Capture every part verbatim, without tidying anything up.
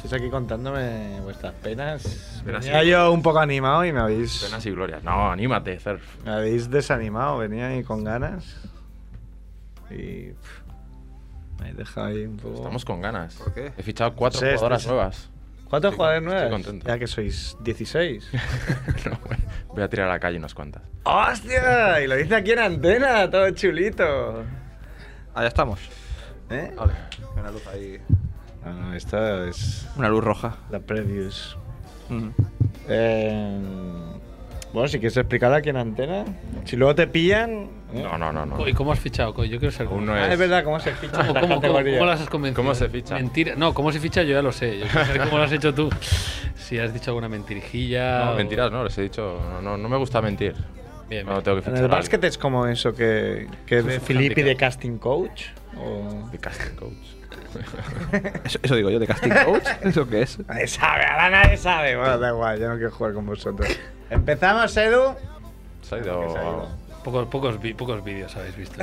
estáis aquí contándome vuestras penas. Penas Venía y yo un poco animado y me habéis... Penas y glorias. No, anímate, Cerf. Me habéis desanimado, venía ahí con ganas. Y... pff, me habéis dejado ahí un poco... Estamos con ganas. ¿Por qué? He fichado cuatro Sí, sí, jugadoras sí. nuevas. ¿Cuántos Estoy- jugadores estoy nuevos? contento. Ya que sois dieciséis. No, voy a tirar a la calle unas cuantas. ¡Hostia! Y lo dice aquí en antena, todo chulito. Ah, ya estamos. ¿Eh? Vale. Una luz ahí. No, no, esto es Una luz roja. la previews. Mm. Eh, bueno, si quieres explicar aquí en antena. Si luego te pillan... ¿eh? No, no, no, no. ¿Y cómo has fichado? Co? Yo quiero ser Aún no Ah, es. es verdad, ¿cómo se ficha? ¿Cómo, esta cómo, cómo, categoría? cómo las has convencido? ¿Cómo se ficha? Mentira. No, cómo se ficha yo ya lo sé. Yo quiero saber cómo lo has hecho tú. Si has dicho alguna mentirijilla. No, o- mentiras, no, les he dicho. No, no, no me gusta mentir. Bien, No bien. tengo que ¿En fichar. el a básquet es como eso que, que Eso de es un Filippi de handicap. casting coach? ¿O? alguien. De casting coach. Eso, eso digo yo, de casting coach. ¿Eso qué es? Nadie sabe, ahora nadie sabe. Bueno, da igual, yo no quiero jugar con vosotros. Empezamos, Edu. Se ha Que se ha ido. ido. Pocos, pocos, vi- pocos vídeos habéis visto.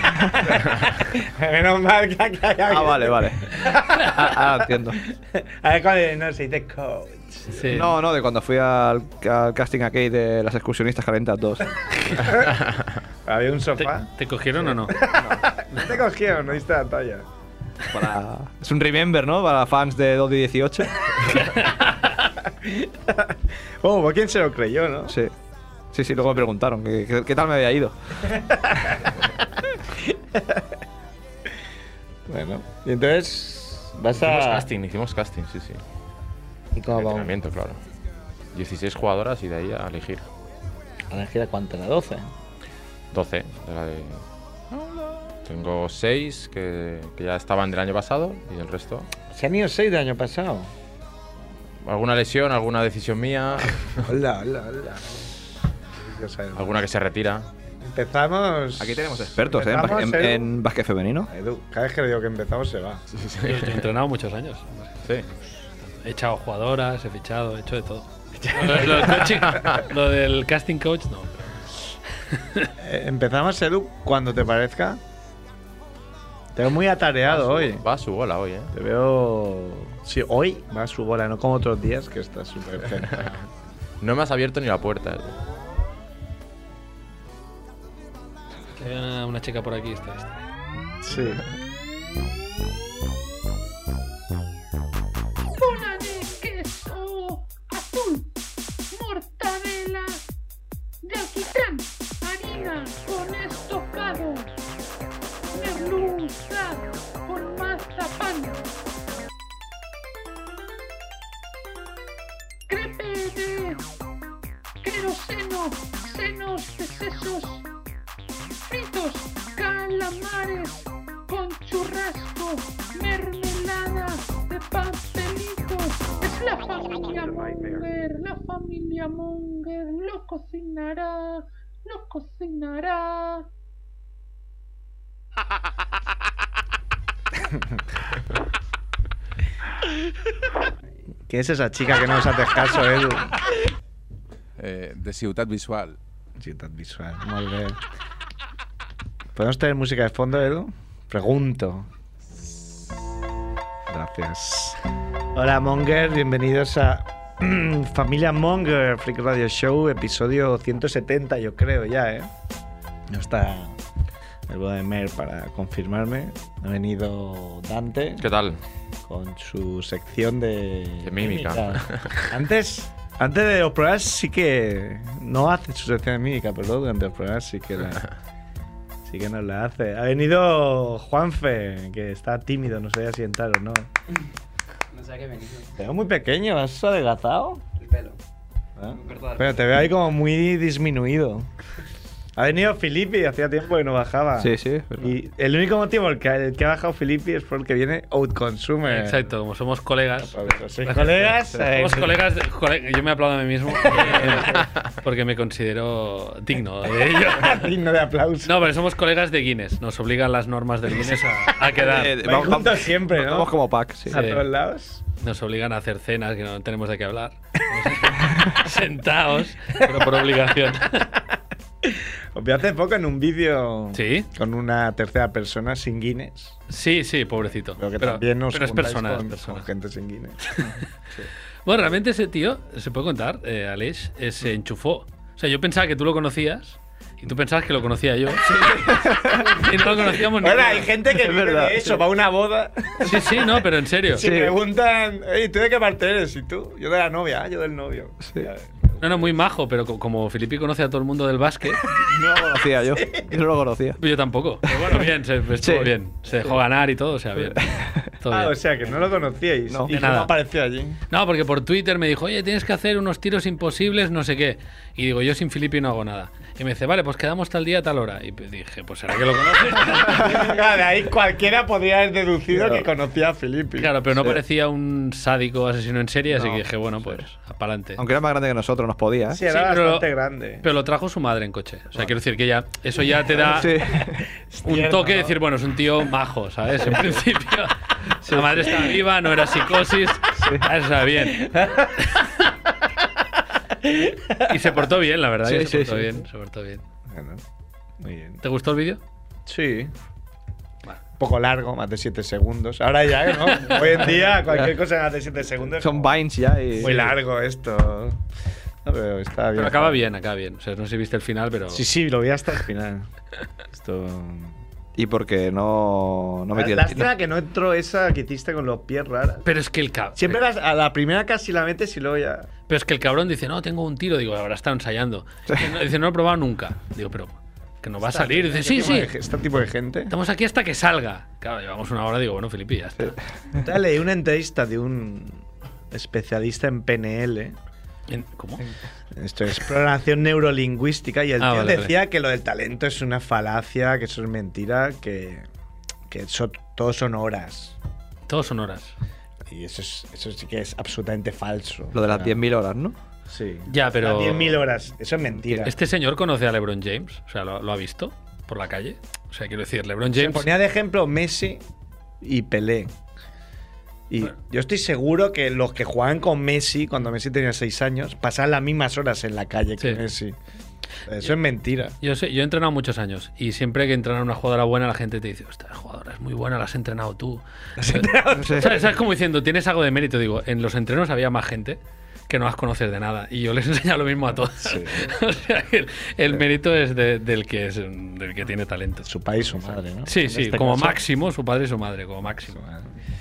Menos mal que aquí hay Ah, alguien. vale, vale. Ah, ah, entiendo. A ver, cuando no se dice coach. Sí. No, no, de cuando fui al, al casting aquí de las excursionistas calentas dos. Había un ¿Te, sofá. te cogieron o no? No te cogieron, no diste la talla. Para... Es un remember, ¿no? Para fans de dos de dieciocho. Oh, ¿por quién se lo creyó, no? Sí. Sí, sí, luego me preguntaron que- que- qué tal me había ido. Bueno, y entonces vas Hicimos a... casting, hicimos casting, sí, sí. ¿Y cómo vamos? Entrenamiento, claro. dieciséis jugadoras y de ahí a elegir. ¿A la gira cuánto? ¿La doce? doce de la de... Tengo seis que, que ya estaban del año pasado y el resto. Se han ido seis del año pasado. Alguna lesión, alguna decisión mía, Hola, hola, hola. Ya sabemos. alguna que se retira. Empezamos... Aquí tenemos expertos, ¿eh? En, Empezamos, bas- en, Edu. en básquet femenino. Edu, cada vez que le digo que empezamos se va. Sí, sí, Yo, yo he entrenado muchos años. sí. He echado jugadoras, he fichado, he hecho de todo. Lo, lo del coaching- lo del casting coach, no. Eh, empezamos, Edu, cuando te parezca. Te veo muy atareado Va a su- hoy. Va a su bola hoy, ¿eh? Te veo... Sí, hoy va a su bola, no como otros días que está súper cerca. No me has abierto ni la puerta. ¿eh? Que hay una, una chica por aquí. Está, está. Sí. Bola de queso azul, mortadela de alquitrán, harina con estofado, merluza con mazapán, crepe de queroseno, senos de sesos, fritos, calamares con churrasco, mermelada de pastelito. Es la familia Munger, la familia Munger lo cocinará, lo cocinará. ¿Quién es esa chica que no nos haces caso, Edu? Eh, de Ciutat Visual. Ciutat Visual, molt bé. ¿Podemos tener música de fondo, Edu? Pregunto. Gracias. Hola, Monger. Bienvenidos a Familia Monger Freak Radio Show, episodio ciento setenta, yo creo ya, ¿eh? No está el de Mer para confirmarme. Ha venido Dante ¿Qué tal? con su sección de, De mímica. Antes, antes de los programas sí que no hace su sección de mímica, pero luego durante los programas sí que la, sí que nos la hace. Ha venido Juanfe, que está tímido, no sabía si entrar o no. No sé a qué venir. Te veo muy pequeño, ¿has adelgazado? El pelo. ¿Eh? Me corto las Pero te veo ahí como muy disminuido. Ha venido Filippi, hacía tiempo que no bajaba. Sí, sí. es verdad. Y el único motivo por el que, el que ha bajado Filippi es porque viene Outconsumer. Exacto, como somos colegas. Sois colegas. eh, Somos colegas, de- cole- yo me aplaudo a mí mismo eh, porque me considero digno de ello. Digno de aplauso. No, pero somos colegas de Guinness. Nos obligan las normas del Guinness a, a quedar. Eh, Vais vamos- juntos vamos- siempre, ¿no? Vamos como pack, sí. A Sí. todos lados. Nos obligan a hacer cenas que no tenemos de qué hablar. Sentados, pero por obligación. Os vi hace poco en un vídeo ¿Sí? con una tercera persona sin Guinness. Sí, sí, pobrecito. Pero que pero también nos pero es juntáis persona, con, es persona. con gente sin Guinness. Bueno, realmente ese tío, se puede contar, eh, Aleix, eh, se enchufó. O sea, yo pensaba que tú lo conocías y tú pensabas que lo conocía yo. Y no lo conocíamos ni. Bueno, hay gente que vive verdad, de eso, va a una boda. Sí, sí, no, pero en serio. Si preguntan, "Ey, ¿tú de qué parte eres? ¿Y tú? Yo de la novia, "Ah, yo del novio. Ya, No, no, muy majo, pero co- como Filipe conoce a todo el mundo del básquet, No lo conocía yo. Yo no lo conocía. yo tampoco. Pero bueno, bien, se estuvo Sí. bien. Se dejó ganar y todo, o sea, bien. Todo Ah, bien. o sea, que no lo conocíais. No. ¿Y De cómo nada. apareció allí? No, porque por Twitter me dijo, oye, tienes que hacer unos tiros imposibles, no sé qué. Y digo, yo sin Filipe no hago nada. Y me dice, vale, pues quedamos tal día, tal hora. Y pues dije, pues será que lo conoces. Claro, de ahí cualquiera podría haber deducido Claro. que conocía a Filipe. Claro, pero no Sí. parecía un sádico asesino en serie, así No, que dije, bueno, pues, para adelante. Aunque era más grande que nosotros, nos podía, ¿eh? Sí, era Sí, pero- bastante grande. Pero lo trajo su madre en coche. O sea, quiero decir que ya eso ya te da Sí. un Tierno, toque de ¿no? decir, bueno, es un tío majo, ¿sabes? En principio, la madre estaba viva, no era psicosis. Eso está bien. Y se portó bien, la verdad. Sí, que se sí, portó sí. bien, se portó bien. Bueno, muy bien. ¿Te gustó el vídeo? Sí. Vale. Un poco largo, más de siete segundos. Ahora ya, ¿no? Hoy en día, cualquier cosa más de siete segundos. es Son como Vines ya y. Muy largo esto. No, pero está bien. Pero acaba bien, acaba bien. O sea, no sé si viste el final, pero. Sí, sí, lo vi hasta el final. Esto. Y porque no. No me La- tiene. Lástima que no entró esa que hiciste con los pies raras. Pero es que el cabrón. Siempre las- a la primera casi la metes y luego ya. Pero es que el cabrón dice, no, tengo un tiro. Digo, ahora está ensayando. Dice, no, dice, no lo he probado nunca. Digo, pero que no va a salir. Dice, sí, Este tipo sí. de- Este tipo de gente. Estamos aquí hasta que salga. Claro, llevamos una hora. Digo, bueno, Filipe, ya está. Entonces, leí una entrevista de un especialista en P N L. En- ¿Cómo? Esto es programación neurolingüística. Y el Ah, tío vale, decía que lo del talento es una falacia, que eso es mentira, que, que eso, todo son horas. Todos son horas. Y eso, es, eso sí que es absolutamente falso. Lo de las O sea, diez mil horas, ¿no? Sí. Ya, pero- Las diez mil horas. Eso es mentira. Este señor conoce a LeBron James. O sea, ¿lo, lo ha visto por la calle? O sea, quiero decir, LeBron Se James. ponía de ejemplo Messi y Pelé. Y Bueno. yo estoy seguro que los que jugaban con Messi, cuando Messi tenía seis años, pasaban las mismas horas en la calle que Sí. Messi. Eso es mentira. Yo sé, yo he entrenado muchos años y siempre que entrenar a una jugadora buena la gente te dice, esta jugadora es muy buena, la has entrenado tú. ¿Sabes? ¿Sabes? Como diciendo, tienes algo de mérito. Digo, en los entrenos había más gente que no las conoces de nada y yo les enseño lo mismo a todos. O sea, que el, el mérito es de- del que es del que tiene talento. Su padre y su madre, ¿no? Sí, En sí, este como caso, máximo su padre y su madre, como máximo. su madre.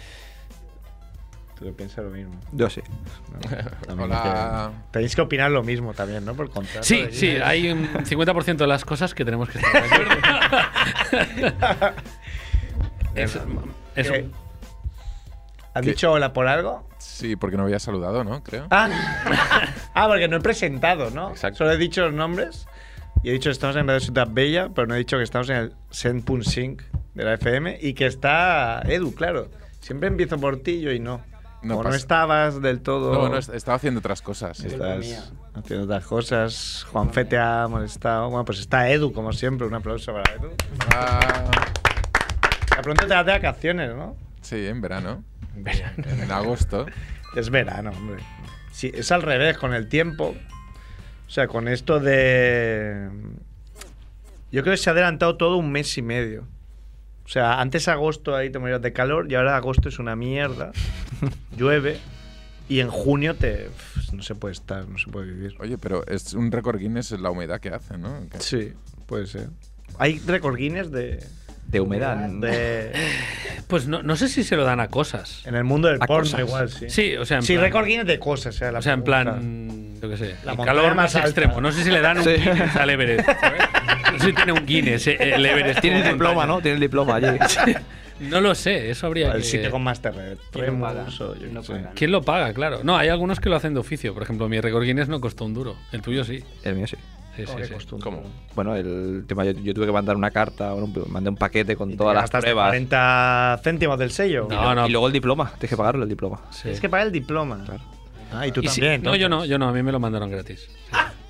Tú piensas lo mismo. Yo sí. También Hola. que- tenéis que opinar lo mismo también, ¿no? Por contrato. Sí, sí, hay un cincuenta por ciento de las cosas que tenemos que estar de acuerdo. es, es ¿Qué? un- ¿Has ¿Qué? dicho hola por algo? Sí, porque no había saludado, ¿no? Creo. Ah, ah porque no he presentado, ¿no? Exacto. Solo he dicho los nombres y he dicho que estamos en Radio Ciudad Bella, pero no he dicho que estamos en el cent punto cinc de la F M y que está Edu, claro. Siempre empiezo por ti yo y no. No Como no pasa. estabas del todo. No, no, est- estaba haciendo otras cosas. sí. Culpa Estás mía. haciendo otras cosas. Juanfe te ha molestado. Bueno, pues está Edu, como siempre. Un aplauso para Edu. Ah, De pronto te vas de vacaciones, ¿no? sí, en verano. En agosto. Es verano, hombre. Sí, es al revés, con el tiempo. O sea, con esto de. Yo creo que se ha adelantado todo un mes y medio. O sea, antes agosto ahí te morías de calor y ahora agosto es una mierda. Llueve. Y en junio te. No se puede estar, no se puede vivir. Oye, pero es un récord Guinness la humedad que hace, ¿no? Que- Sí, puede ser. Hay récord Guinness de. De humedad. de Pues no, no sé si se lo dan a cosas. en el mundo del A porno cosas. igual, sí. Sí, o sea, en Sí, plan, récord Guinness de cosas. O sea, la o sea, en pregunta. plan, yo qué sé, La el montaña calor más más alta. extremo. No sé si le dan un Sí. Guinness al Everest, ¿sabes? No sé si tiene un Guinness eh, el Everest. Tiene el como diploma, montaña. ¿no? Tiene el diploma allí. No lo sé, eso habría El que... sitio con más terreno. ¿Quién lo paga? yo ¿Quién lo qué sé. paga? ¿Quién lo paga? Claro. No, hay algunos que lo hacen de oficio. Por ejemplo, mi récord Guinness no costó un duro. El tuyo sí. El mío sí. Sí, ¿Cómo sí, que sí. costó un ¿Cómo? duro? Bueno, el tema, yo, yo tuve que mandar una carta, bueno, un- mandé un paquete con Y te todas las gastaste pruebas. cuarenta céntimos del sello. No, no. Y luego el diploma, tienes que pagarlo el diploma. Sí. Es que paga el diploma. Claro. Ah, y tú Y sí- también. no, yo no, entonces. yo no, a mí me lo mandaron gratis.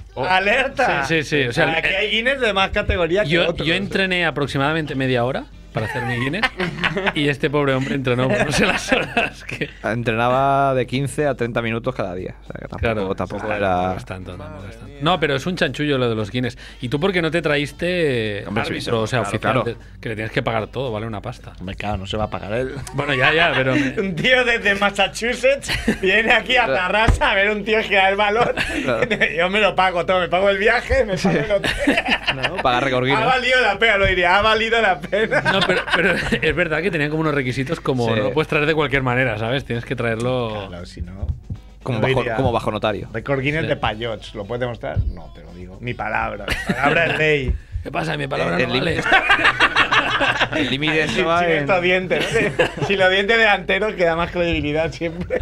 ¡Alerta! Sí, sí, sí, o sea, aquí el- hay Guinness de más categoría que Yo, otros. yo entrené aproximadamente media hora para hacer mi Guinness. Y este pobre hombre entrenó por no sé las horas que... Entrenaba de quince a treinta minutos cada día. O sea, que tampoco, Claro, tampoco claro, era... no es tanto, tampoco es tanto. No, pero es un chanchullo lo de los Guinness. ¿Y tú por qué no te traíste Hombre, sí, árbitro, sí, o sea, claro, oficial? claro. de- Que le tienes que pagar todo, vale una pasta. Hombre, claro, no se va a pagar él. Bueno, ya, ya, pero... me- Un tío desde Massachusetts viene aquí a Tarrasa a ver un tío girar el balón. Yo me lo pago todo, me pago el viaje, me pago el hotel. ¿no? Pagar récord Ha Guinness. valido la pena, lo diría, ha valido la pena. No, pero, pero es verdad que tenían como unos requisitos como Sí. no lo puedes traer de cualquier manera, ¿sabes? Tienes que traerlo... Claro, si no. Como no bajo, diría, como bajo notario. Record Guinness Sí. de Payots, ¿lo puedes demostrar? No, te lo digo. Mi palabra, mi palabra es ley. ¿Qué pasa? Mi palabra El no vale. El límite Sin, se va sin en... estos dientes, ¿no? Sin los dientes delanteros queda más credibilidad siempre.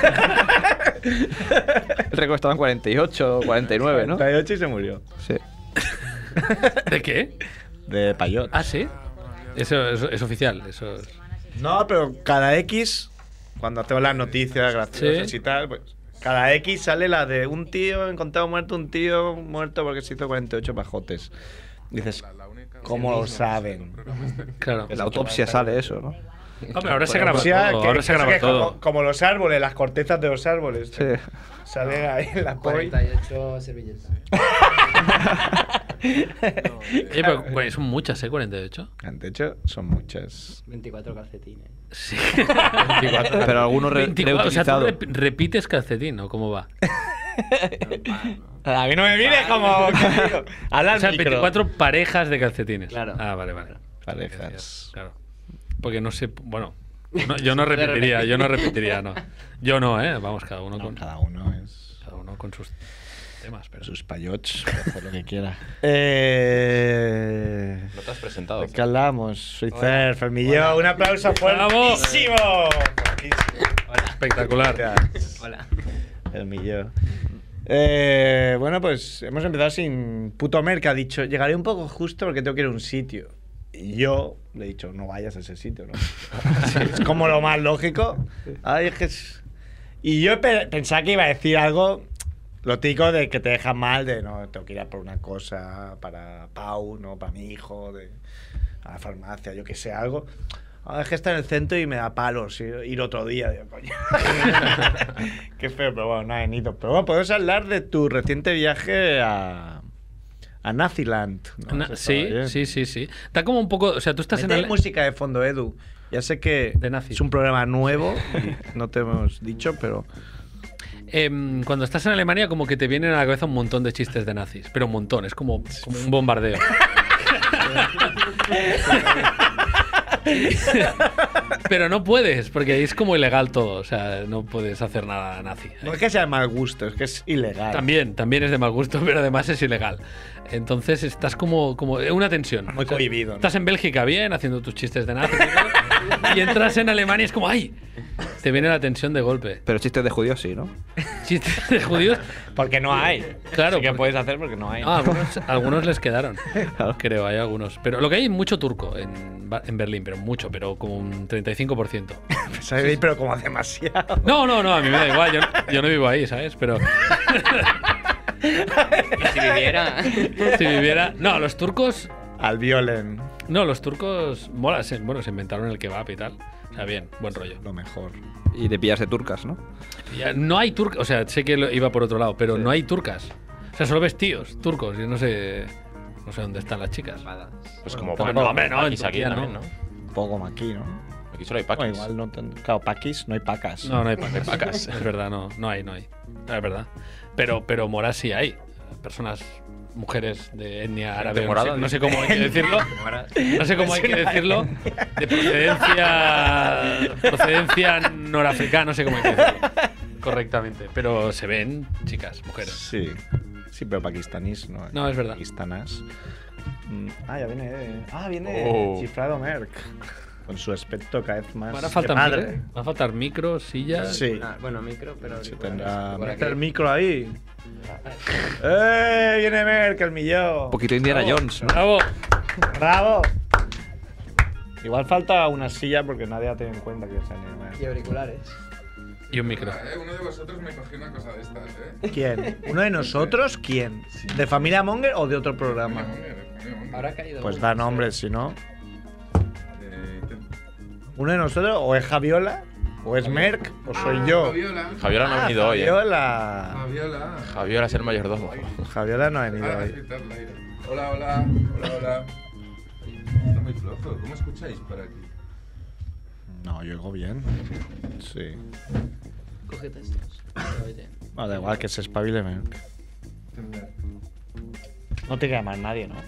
El récord estaba en cuarenta y ocho, cuarenta y nueve, ¿no? cuarenta y ocho y se murió. Sí. ¿De qué? De Payot. Ah, sí. Eso, eso es oficial. Eso es... No, pero cada X, cuando hacemos las noticias graciosas Sí. y tal, pues cada X sale la de un tío encontrado muerto, un tío muerto porque se hizo cuarenta y ocho pajotes. Dices, ¿cómo lo saben? Claro. En la autopsia sale eso, ¿no? Hombre, ahora se graba O sea, todo. que- Ahora se que graba como, todo. como los árboles, las cortezas de los árboles. Sí. Salen ahí en la poi. cuarenta y ocho servilletas. Oye, pero güey, son muchas, ¿eh? cuarenta y ocho. De hecho, son muchas. veinticuatro calcetines. Sí. Pero algunos re veinticuatro, o sea, tú reutilizados. rep- repites calcetín, ¿o cómo va? A mí no me mires como. Habla O al sea, micro. veinticuatro parejas de calcetines. Claro. Ah, vale, vale. Parejas. Claro. Porque no sé. Bueno, no, yo no repetiría, yo no repetiría, no. Yo no, ¿eh? Vamos, cada uno No, con, cada uno es. cada uno con sus temas. Pero... Sus payots, puede hacer lo que quiera. Eh. No te has presentado. ¿De qué hablamos? Soy Fer, Fermilló. Un aplauso ¡Bravo! fuertísimo. Espectacular. Gracias. Hola. Fermilló. Eh, bueno, pues hemos empezado sin puto Mer, que ha dicho, llegaré un poco justo porque tengo que ir a un sitio. Y yo le he dicho, no vayas a ese sitio, ¿no? Sí, es como lo más lógico. Ay, es que es- Y yo pe- pensaba que iba a decir algo, lo típico de que te dejan mal, de no, tengo que ir a por una cosa para Pau, no, para mi hijo, de, a la farmacia, yo que sé, algo. Ah, es que está en el centro y me da palos ir, ir otro día. Digo, coño. Qué feo, pero bueno, no he ido. Pero bueno, podemos hablar de tu reciente viaje a, a Naziland. ¿no? Na- Eso sí, estaba bien. sí, sí, sí. Está como un poco. O sea, tú estás en Mete el. música de fondo, Edu. Ya sé que De nazis. es un programa nuevo y no te hemos dicho, pero Em, cuando estás en Alemania, como que te vienen a la cabeza un montón de chistes de nazis. Pero un montón, es como, como un bombardeo. Pero no puedes, porque ahí es como ilegal todo. O sea, no puedes hacer nada nazi. no es que sea de mal gusto, es que es ilegal. También, también es de mal gusto, pero además es ilegal. Entonces estás como, como en una tensión. Muy cohibido, ¿no? Estás en Bélgica bien, haciendo tus chistes de nazi. Y entras en Alemania y es como, ¡ay! Te viene la tensión de golpe. Pero chistes de judíos sí, ¿no? Chistes de judíos. Porque no hay. Claro, Sí que porque- puedes hacer porque no hay. Ah, algunos, algunos les quedaron. Creo, hay algunos. Pero lo que hay es mucho turco en, Ba- en Berlín, pero mucho, pero como un treinta y cinco por ciento. ¿Sabéis? Pero como demasiado. No, no, no, a mí me da igual. Yo, yo no vivo ahí, ¿sabes? Pero Y si viviera. si viviera. No, los turcos. Al violen, No, los turcos. Mola, se- bueno, se inventaron el kebab y tal. O sea, bien, buen rollo. lo mejor. Y de pillarse turcas, ¿no? Ya, no hay turcas. O sea, sé que lo- iba por otro lado, pero no hay turcas. O sea, solo ves tíos turcos. Yo no sé. No sé dónde están las chicas. Pues como Bueno, no, hombre, no, en paquis aquí Turquía también, no. ¿no? Un poco como aquí, ¿no? Aquí solo hay O paquis. igual no tan- Claro, paquis, no hay pacas. No, no hay pacas. pacas. Es verdad, no, no hay, no hay. No, es verdad. Pero, pero moras sí hay. Personas, mujeres de etnia árabe. No sé, morada, no sé cómo hay que decirlo. No sé cómo hay que decirlo. De procedencia. Procedencia norafricana, no sé cómo hay que decirlo. Correctamente. Pero se ven chicas, mujeres. Sí. Sí, pero pakistaníes no. No, es verdad. Pakistanas. Mm, Ah, ya viene. eh, Ah, viene Oh. Chiflado Merck. Con su aspecto cada vez más. Van a de faltar, padre. micro, va a faltar micros, sillas. Sí. Ah, bueno, micro, pero. Se auriculares tendrá. por Mete aquí. el micro ahí. ¡Eh! Viene Merck, el millón. Un poquito Indiana Bravo. Jones, ¿no? ¡Bravo! ¡Bravo! Igual falta una silla porque nadie ha tenido en cuenta que es animal. Y auriculares. Y un micro. Eh, uno de vosotros me cogió una cosa de estas, ¿eh? ¿Quién? ¿Uno de nosotros? ¿Quién? ¿De Familia Monger o de otro programa? Monger, Monger, Monger. Ahora ha caído. Pues uno, da sí. nombres, si no. De Uno de nosotros, o es Javiola, o es Merck, o soy yo. Javiola. Javiola no ha Ah, venido hoy, ¿eh? Javiola. Javiola. Javiola es el mayordomo. Javiola no ha venido Ah, hoy. quitar el aire. Hola, hola. Hola, hola. Está muy flojo. ¿Cómo escucháis por aquí? No, yo oigo bien. Sí. Cógete estos. No, da igual que se espabile Merck. No te queda más nadie, ¿no?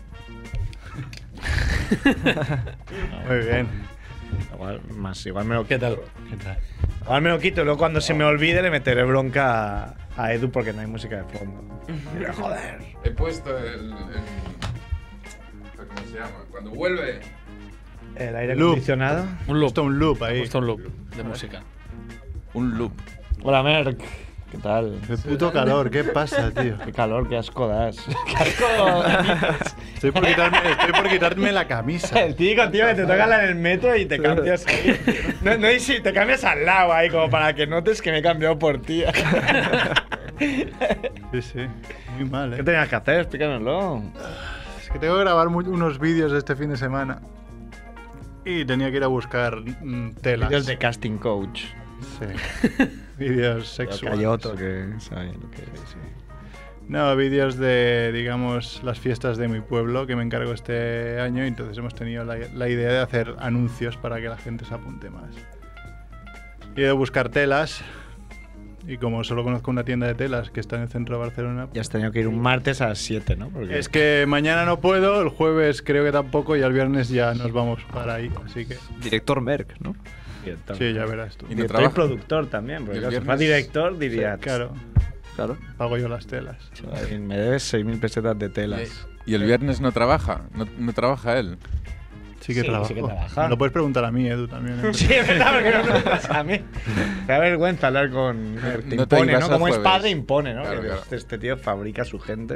Muy bien. Igual, más, igual me lo ¿Qué tal? ¿Qué tal? Igual me lo quito y luego cuando se me olvide le meteré bronca a, a Edu porque no hay música de fondo. Diré, joder. He puesto el, el- ¿Cómo se llama? Cuando vuelve. El aire Loop. acondicionado. Un loop. Puesto un loop He ahí. puesto un loop de música. Un loop. Hola, Merck. ¿Qué tal? Qué puto calor, ¿qué pasa, tío? Qué calor, qué asco das. ¡Qué asco! Estoy por quitarme, estoy por quitarme la camisa. El típico tío que te toca en el metro y te cambias ahí. No, no, y si te cambias al lado ahí, como para que notes que me he cambiado por ti. Sí, sí. Muy mal, ¿Qué ¿eh? tenías que hacer? Explícanoslo. Es que tengo que grabar mu- unos vídeos este fin de semana. Y tenía que ir a buscar mm, telas. Vídeos de casting coach. Sí. Vídeos Pero que sexuales. hay otro que sabe lo que es. Sí. No, vídeos de, digamos, las fiestas de mi pueblo que me encargo este año y entonces hemos tenido la, la idea de hacer anuncios para que la gente se apunte más. He ido a buscar telas y como solo conozco una tienda de telas que está en el centro de Barcelona, Ya has tenido que ir un martes a las siete, ¿no? Porque es que mañana no puedo, el jueves creo que tampoco y el viernes ya nos vamos para ahí, así que Director Merck, ¿no? Director. sí, ya verás tú. Y no Director y trabaja. productor también, porque ¿Y el claro, si fuera viernes? director diría, Claro, Claro. pago yo las telas. "Chaval, me debes seis mil pesetas de telas. ¿Y el viernes no trabaja? ¿No, no trabaja él? Sí que Sí, trabajo. sí que trabaja. Me lo puedes preguntar a mí, Edu, también. ¿eh? Sí, es verdad, porque no me preguntas a mí. Me da vergüenza hablar con... Te No te impone, ibas ¿no? el Como es jueves. padre, impone, ¿no? Claro, Que claro. Este, este tío fabrica a su gente.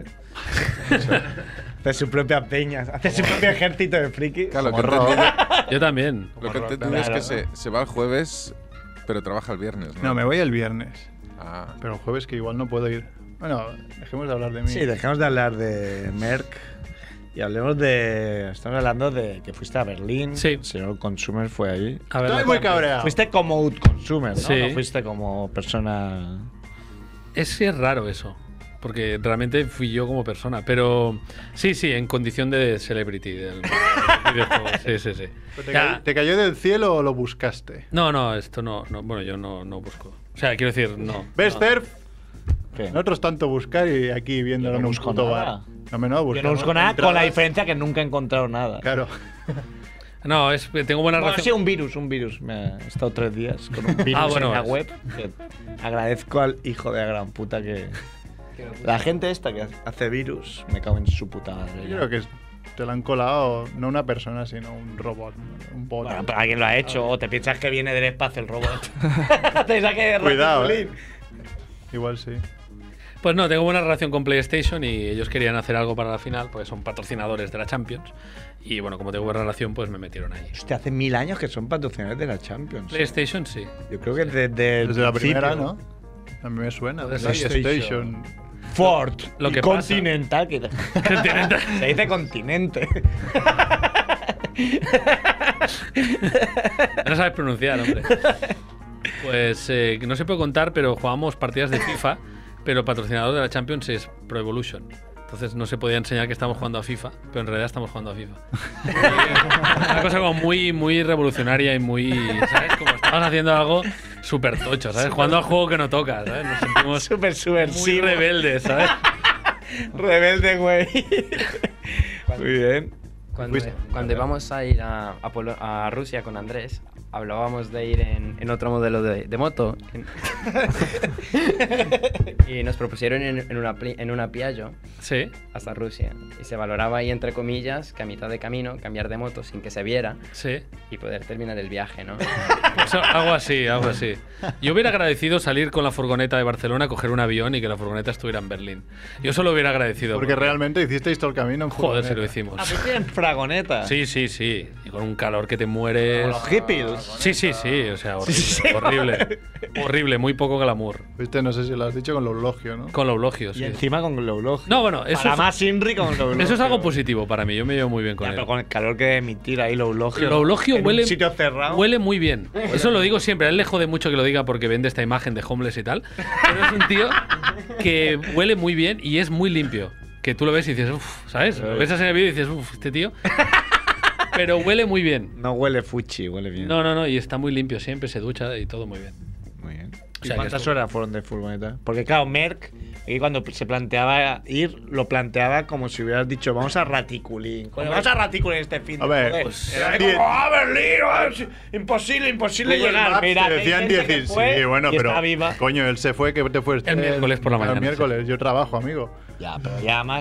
Hace su propia peña, hace su propio ejército de friki. Claro, lo Como que he rock. entendido, Yo también. lo que he entendido es que se, se va el jueves, pero trabaja el viernes, ¿no? No, me voy el viernes, Ah, pero el jueves que igual no puedo ir. Bueno, dejemos de hablar de mí. Sí, dejemos de hablar de Merck y hablemos de... Estamos hablando de que fuiste a Berlín. Sí. El señor Consumer fue ahí. A ver, Estoy muy cabreado. Fuiste como Outconsumer, ¿no? Sí. No fuiste como persona... es que es raro eso. Porque realmente fui yo como persona. Pero sí, sí, en condición de celebrity del videojuego. Sí, sí, sí. ¿Te, Ya. cayó, te cayó del cielo o lo buscaste? No, no, esto no, no. Bueno, yo no, no busco. O sea, quiero decir, no. ¿Ves, no. Cerf? ¿Qué? Nosotros tanto buscar y aquí viéndolo Yo no en un busco puto nada. bar. No, me no, Yo buscamos no busco nada, con la entradas. diferencia que nunca he encontrado nada. Claro. No, es, tengo buena Bueno, relación. sí, un virus, un virus. Me he estado tres días con un virus Ah, bueno, en la es- web. Que agradezco al hijo de la gran puta que... La gente esta que hace virus, me cago en su puta madre. Yo creo que te lo han colado no una persona, sino un robot. Un bot. Bueno, pero alguien lo ha hecho. O te piensas que viene del espacio el robot. Te piensas que es Cuidado, Ratatouille. eh. Igual sí. Pues no, tengo buena relación con PlayStation y ellos querían hacer algo para la final, porque son patrocinadores de la Champions. Y bueno, como tengo buena relación, pues me metieron ahí. Hostia, hace mil años que son patrocinadores de la Champions. PlayStation sí. Yo creo que desde el Desde la principio. primera, ¿no? A mí me suena. Puede Desde ser. PlayStation. Ford. Lo y que pasa. Continental. Que... Continental. Se dice continente. No sabes pronunciar, hombre. Pues eh, no se puede contar, pero jugamos partidas de FIFA, pero el patrocinador de la Champions es Pro Evolution. Entonces no se podía enseñar que estamos jugando a FIFA, pero en realidad estamos jugando a FIFA. Una cosa como muy, muy revolucionaria y muy, ¿sabes? Como estamos haciendo algo súper tocho, ¿sabes? Jugando al juego que no toca, ¿sabes? Nos sentimos Súper muy subversivo. rebeldes, ¿sabes? Rebelde, güey. Muy bien. Cuando, Fuiste. cuando íbamos a ir a, a, Polo- a Rusia con Andrés, hablábamos de ir en, en otro modelo de, de moto. En- y nos propusieron en, en una, Pri- en una Piaggio Sí, hasta Rusia. Y se valoraba ahí, entre comillas, que a mitad de camino cambiar de moto sin que se viera sí. y poder terminar el viaje, ¿no? Pues algo así, algo así. Yo hubiera agradecido salir con la furgoneta de Barcelona, coger un avión y que la furgoneta estuviera en Berlín. Yo solo hubiera agradecido. Porque realmente hicisteis todo el camino en Joder, furgoneta. si lo hicimos. Ah, pues tienen fragoneta. Sí, sí, sí. Y con un calor que te mueres. Como los hippies. Sí, sí, sí. O sea, horrible. Sí, sí. Horrible. Horrible, muy poco glamour. Viste, no sé si lo has dicho con los eulogio, ¿no? Con Loulogio, Y sí. encima con Loulogio. No, bueno, eso Para es, más Inri con Loulogio. eso es algo positivo para mí. Yo me llevo muy bien con Ya, él. pero con el calor que debe emitir ahí Loulogio. Loulogio en huele, un sitio cerrado. huele muy bien. Eso lo digo siempre. A él le jode mucho que lo diga porque vende esta imagen de homeless y tal. Pero es un tío que huele muy bien y es muy limpio. Que tú lo ves y dices, uff, ¿sabes? Lo ves en el vídeo y dices, uff, este tío. Pero huele muy bien. No huele fuchi, huele bien. No, no, no. Y está muy limpio siempre, se ducha y todo muy bien. Muy bien. O ¿Y sea, que cuántas esto- horas fueron de furgoneta? Porque claro, Merck, aquí cuando se planteaba ir, lo planteaba como si hubieras dicho, vamos a Raticulín. Coño, vamos a Raticulín este fin de A ver, joder. pues, Era eran como, diez- ¡ah, Berlín! ah, es imposible, imposible Google llegar. Maps Mira, te hay decían gente que dieciséis. fue Sí, bueno, y pero. está viva. Coño, él se fue, que te fuiste. El miércoles por la mañana, El miércoles, yo trabajo, amigo. Ya, pero ya más.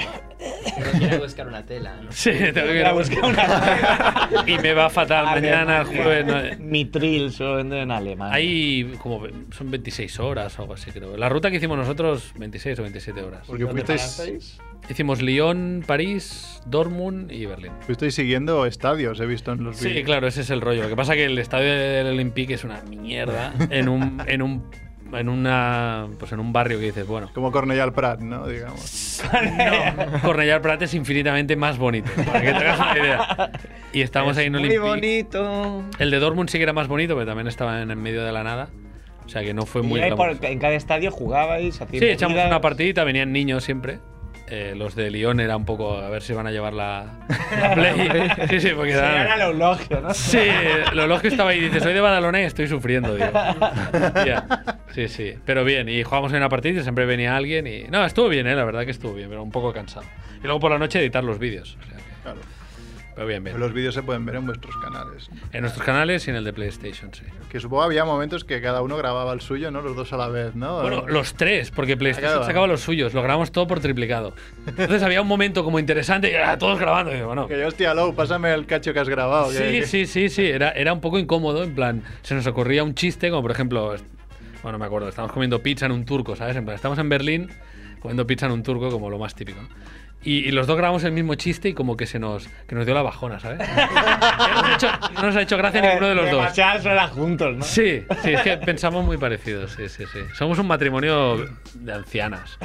Pero quiero buscar una tela. ¿no? Sí, tengo que ir Voy a a buscar una. Y me va fatal. Mañana, el jueves. No, Mitril solo venden en Alemania. hay como. Son veintiséis horas o algo así, creo. La ruta que hicimos nosotros, veintiséis o veintisiete horas. Porque ¿Dónde fuisteis, parasteis? Hicimos Lyon, París, Dortmund y Berlín. fuisteis siguiendo estadios, he visto en los Sí, vídeos. claro, ese es el rollo. Lo que pasa es que el estadio del Olympique es una mierda en un. En un en una pues en un barrio que dices, bueno, Como Cornellà al Prat, ¿no? Digamos. no, Cornellà al Prat es infinitamente más bonito, para que te hagas una idea. Y estábamos ahí en Muy Olympique. bonito. El de Dortmund sí que era más bonito, pero también estaba en el medio de la nada. O sea que no fue muy Y ahí por- glamuroso. en cada estadio jugabais, hacíais Sí, echamos movidas. una partidita, venían niños siempre. Eh, los de Lyon era un poco a ver si van a llevar la, la play. Sí, sí, porque Sí, daban- era lo lógico, ¿no? Sí, lo lógico estaba ahí y dice, soy de Badalona y estoy sufriendo, digo. Tía, sí, sí. Pero bien, y jugamos en una partida y siempre venía alguien y... No, estuvo bien, ¿eh? La verdad que estuvo bien, pero un poco cansado. Y luego por la noche editar los vídeos. O sea que- Claro. Pero bien, bien. Los vídeos se pueden ver en vuestros canales. En nuestros canales y en el de PlayStation, sí. Que supongo había momentos que cada uno grababa el suyo, ¿no? Los dos a la vez, ¿no? Bueno, los tres, porque PlayStation Claro. sacaba los suyos, lo grabamos todo por triplicado. Entonces había un momento como interesante y ah, todos grabando. Y digo, bueno, Que yo, hostia, Lou, pásame el cacho que has grabado. que- sí, que- sí, sí, sí, era, era un poco incómodo, en plan, se nos ocurría un chiste, como por ejemplo, bueno, me acuerdo, estábamos comiendo pizza en un turco, ¿sabes? En plan, estamos en Berlín comiendo pizza en un turco, como lo más típico, ¿no? Y, y los dos grabamos el mismo chiste y como que se nos, que nos dio la bajona, ¿sabes? no, nos ha hecho, no nos ha hecho gracia ninguno de los dos. Demasiadas horas juntos, ¿no? Sí, sí, es que pensamos muy parecidos, sí, sí, sí. Somos un matrimonio de ancianas.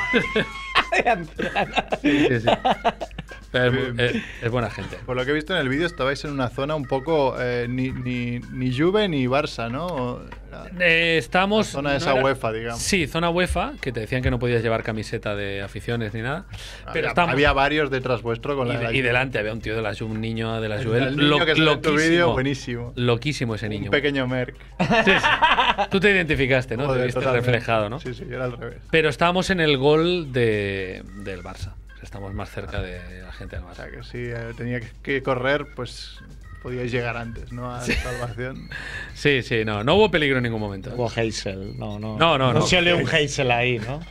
Sí, sí, sí. Pero es, muy- es- es buena gente. Por lo que he visto en el vídeo, estabais en una zona un poco eh, ni, ni, ni Juve ni Barça, ¿no? Era Eh, estamos. zona de no esa era- UEFA, digamos. Sí, zona UEFA, que te decían que no podías llevar camiseta de aficiones ni nada. Pero había, estamos. había varios detrás vuestro con y, la de- la- y delante había un tío de la Juve, un niño de la el- Juve. el niño lo- que sale en tu loquísimo. vídeo, buenísimo. Loquísimo ese niño. Un pequeño Merck. Sí, sí. Tú te identificaste, ¿no? Joder, te viste totalmente. reflejado, ¿no? Sí, sí, era al revés. Pero estábamos en el gol de, del Barça. O sea, estamos más cerca de la gente del O sea Barça. que si eh, tenía que- que correr, pues podíais llegar antes, ¿no? A la salvación. Sí, sí, no. No hubo peligro en ningún momento. Hubo Hazel, no, no. No, no, no. No se ole un Hazel ahí, ¿no?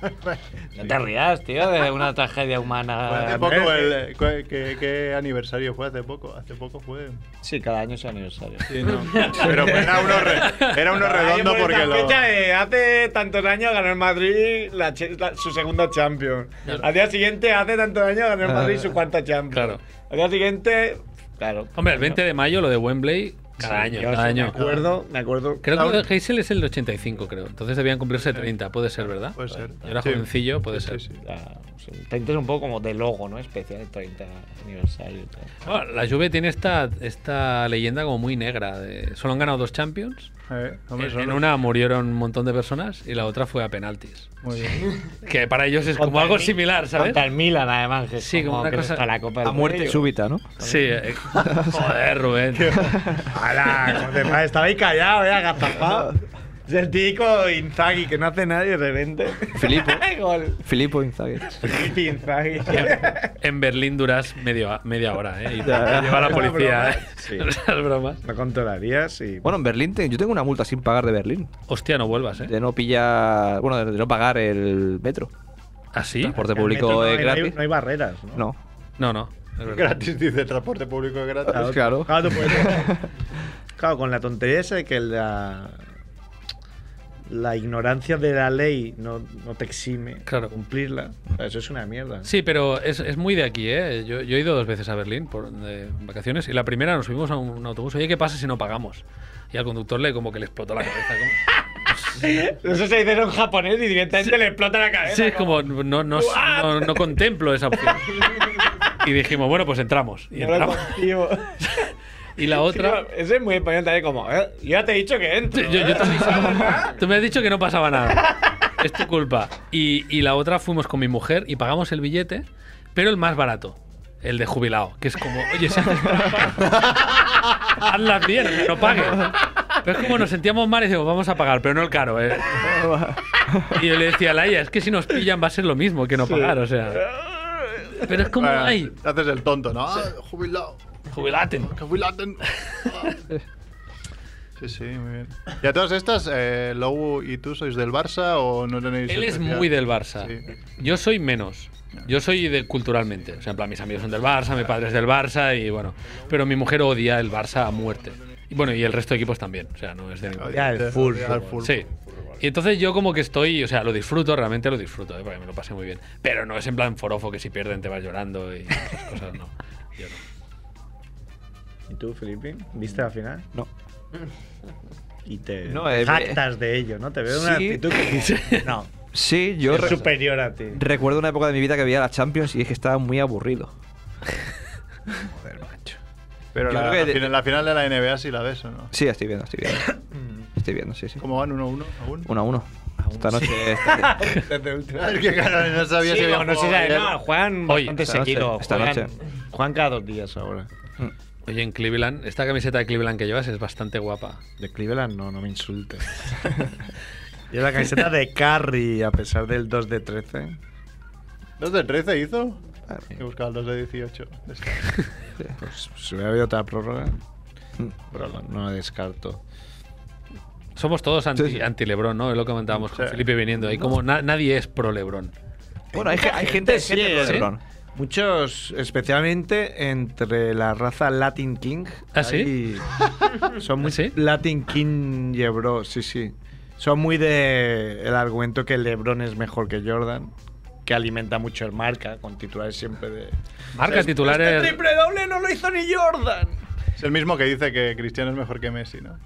No te rías, tío, de una tragedia humana. Fue hace poco el, eh, ¿qué, qué- qué aniversario fue? Hace poco. Hace poco fue. Sí, cada año es aniversario. Sí, no. Pero era uno, re- era uno redondo porque lo. hace tantos años ganó el Madrid la, su segundo Champions. Al día siguiente, hace tantos años ganó el Madrid su cuarta Champions. Claro. Al día siguiente, claro. Hombre, el veinte de mayo, lo de Wembley, cada año, Yo cada sí año. Me acuerdo, me acuerdo. Creo La que un- lo de Heysel es el ochenta y cinco, creo. Entonces debían cumplirse treinta, puede ser, ¿verdad? Puede ser. Yo era Sí. jovencillo, puede Sí, ser. sí, sí. Ya, sí, treinta es un poco como de logo, ¿no? Especial, el treinta aniversario. y tal. Bueno, la Juve tiene esta, esta leyenda como muy negra. De, solo han ganado dos Champions. Eh, hombre, En, son en los- una murieron un montón de personas y la otra fue a penaltis. Muy bien. Que para ellos es como Contra algo el Mi- similar, ¿sabes? Contra el Milan, además. Que es Sí, como una que cosa- está la Copa del A muerte Rey. súbita, ¿no? Sí. eh, joder, Rubén. ¡Hala! ¿Cómo te pasa? Estaba ahí callado, ¿eh? Agazapado. Es el típico Inzaghi que no hace nadie de repente. Filippo. Gol. Filippo Inzaghi. Filipe Inzaghi. En Berlín duras medio, media hora, ¿eh? Y te Ya. lleva la policía, ¿eh? Sí. Esas bromas. No controlarías y. Bueno, en Berlín, te- yo tengo una multa sin pagar de Berlín. Hostia, no vuelvas, ¿eh? De no pillar. Bueno, de no pagar el metro. ¿Ah, sí? Transporte el público metro no es hay- no hay- gratis. No hay barreras, ¿no? No. No, no. Es verdad. Gratis, dice, transporte público es gratis. Pues claro. Claro, tú puedes- claro, con la tontería esa de que la, la ignorancia de la ley no, no te exime Claro. de cumplirla. O sea, eso es una mierda. Sí, pero es, es muy de aquí, ¿eh? Yo, yo he ido dos veces a Berlín por de vacaciones y la primera nos subimos a un autobús. Oye, ¿qué pasa si no pagamos? Y al conductor le como que le explotó la cabeza. Como, Eso se dice en japonés y directamente le explota la cabeza. sí, es como, no, no, no, no contemplo esa opción. Y dijimos, bueno, pues entramos. Y entramos. Y la otra... Ese es muy español también, como, eh, yo ya te he dicho que entro. Yo, yo te he dicho, tú me has dicho que no pasaba nada. Es tu culpa. Y, y la otra fuimos con mi mujer y pagamos el billete, pero el más barato. El de jubilado. Que es como, oye, si haces trampa, hazlas bien, o sea, no pagues. Pero es como nos sentíamos mal y decimos, vamos a pagar, pero no el caro, ¿eh? Y yo le decía a Laia, es que si nos pillan va a ser lo mismo que no pagar, o sea. Pero es como, Bueno, ay, te haces el tonto, ¿no? Ah, jubilado. jubilaten. Jubilaten. Ah. Sí, sí, muy bien. ¿Y a todas estas, eh, Lou y tú sois del Barça o no tenéis...? Él es especial? muy del Barça. Sí. Yo soy menos. Yo soy de culturalmente. O sea, en plan, mis amigos son del Barça, mi padre es del Barça y bueno. Pero mi mujer odia el Barça a muerte. Y bueno, y el resto de equipos también. O sea, no es de ningún. Ya, el full. Al full. Sí. Y entonces yo como que estoy, o sea, lo disfruto, realmente lo disfruto, ¿eh? Porque me lo pasé muy bien. Pero no es en plan forofo que si pierden te vas llorando y esas cosas, no. Yo no. ¿Y tú, Felipe? ¿Viste la final? No. Y te No, eh, jactas de ello, ¿no? Te veo una sí. actitud que dices, no, Sí, yo es re- superior a ti. recuerdo una época de mi vida que veía la Champions y es que estaba muy aburrido. Joder, macho. Pero Yo la, creo que la de- final, la final de la N B A sí la ves, ¿o no? Sí, estoy viendo, estoy viendo. Estoy viendo, sí, sí. ¿Cómo van? ¿uno a uno aún? Uno a uno. Esta noche. esta- Es que claro, no sabía Sí, si había no, no sé, jugado ayer. no, juegan Hoy, bastante esta noche, seguido. esta juegan, noche. juegan cada dos días ahora. Oye, en Cleveland, esta camiseta de Cleveland que llevas es bastante guapa. De Cleveland no, no me insultes. Y la camiseta de Curry, a pesar del dos de trece. ¿dos de trece hizo? He buscado el dos de dieciocho. Pues si hubiera habido otra prórroga, pero no, no lo descarto. Somos todos anti, Sí, sí. anti LeBron, ¿no? Es lo que comentábamos con Sí. Felipe viniendo ahí. Como na- nadie es pro LeBron. Bueno, hay, ge- hay gente, Sí, gente pro ¿sí? LeBron. Muchos, especialmente entre la raza Latin King. ¿Ah, sí? hay- Son muy ¿Sí? Latin King Lebron, sí, sí. Son muy de el argumento que LeBron es mejor que Jordan, que alimenta mucho el marca, con titulares siempre de... Marca Este titulares. triple doble no lo hizo ni Jordan. Es el mismo que dice que Cristiano es mejor que Messi, ¿no?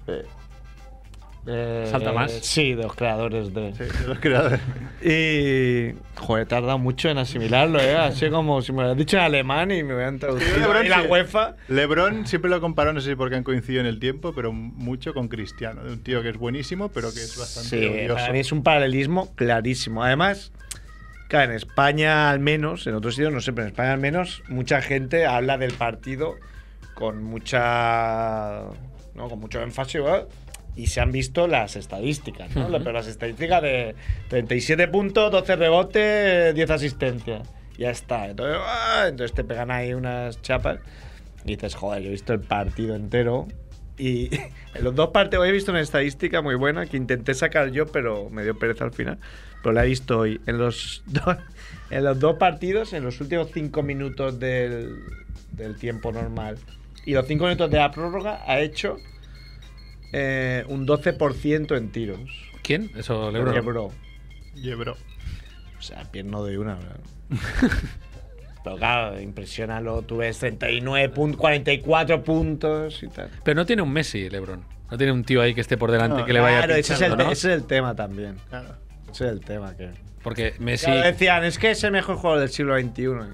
Eh, Salta más. Sí, de los creadores de... Sí, de los creadores. Y. Joder, he tardado mucho en asimilarlo, ¿eh? Así como si me lo has dicho en alemán y me hubieran traducido. LeBron Y la sí. UEFA. LeBron siempre lo comparó, no sé si porque han coincidido en el tiempo, pero mucho con Cristiano. De un tío que es buenísimo, pero que es bastante Sí, odioso. para mí es un paralelismo clarísimo. Además, claro, en España al menos, en otros sitios no sé, pero en España al menos, mucha gente habla del partido con mucha. ¿no? Con mucho énfasis, ¿verdad? Y se han visto las estadísticas, ¿no? Ujú. Pero las estadísticas de treinta y siete puntos, doce rebotes, diez asistencias. Ya está. Entonces, ¡ah! Entonces te pegan ahí unas chapas y dices, joder, yo he visto el partido entero. Y en los dos partidos he visto una estadística muy buena que intenté sacar yo, pero me dio pereza al final. Pero la he visto hoy. En los, dos, en los dos partidos, en los últimos cinco minutos del, del tiempo normal y los cinco minutos de la prórroga, ha hecho eh, un doce por ciento en tiros. ¿Quién? Eso, LeBron. LeBron. Yebro. O sea, pierno de una. ¿verdad? Pero claro, impresionalo. Tú ves treinta y nueve puntos, cuarenta y cuatro puntos y tal. Pero no tiene un Messi, LeBron. No tiene un tío ahí que esté por delante No, que le vaya Claro, ese es, el, pinchando, te- ¿no? ese es el tema también. Claro. Ese es el tema que. Porque Messi. Claro, decían, es que es el mejor jugador del siglo veintiuno.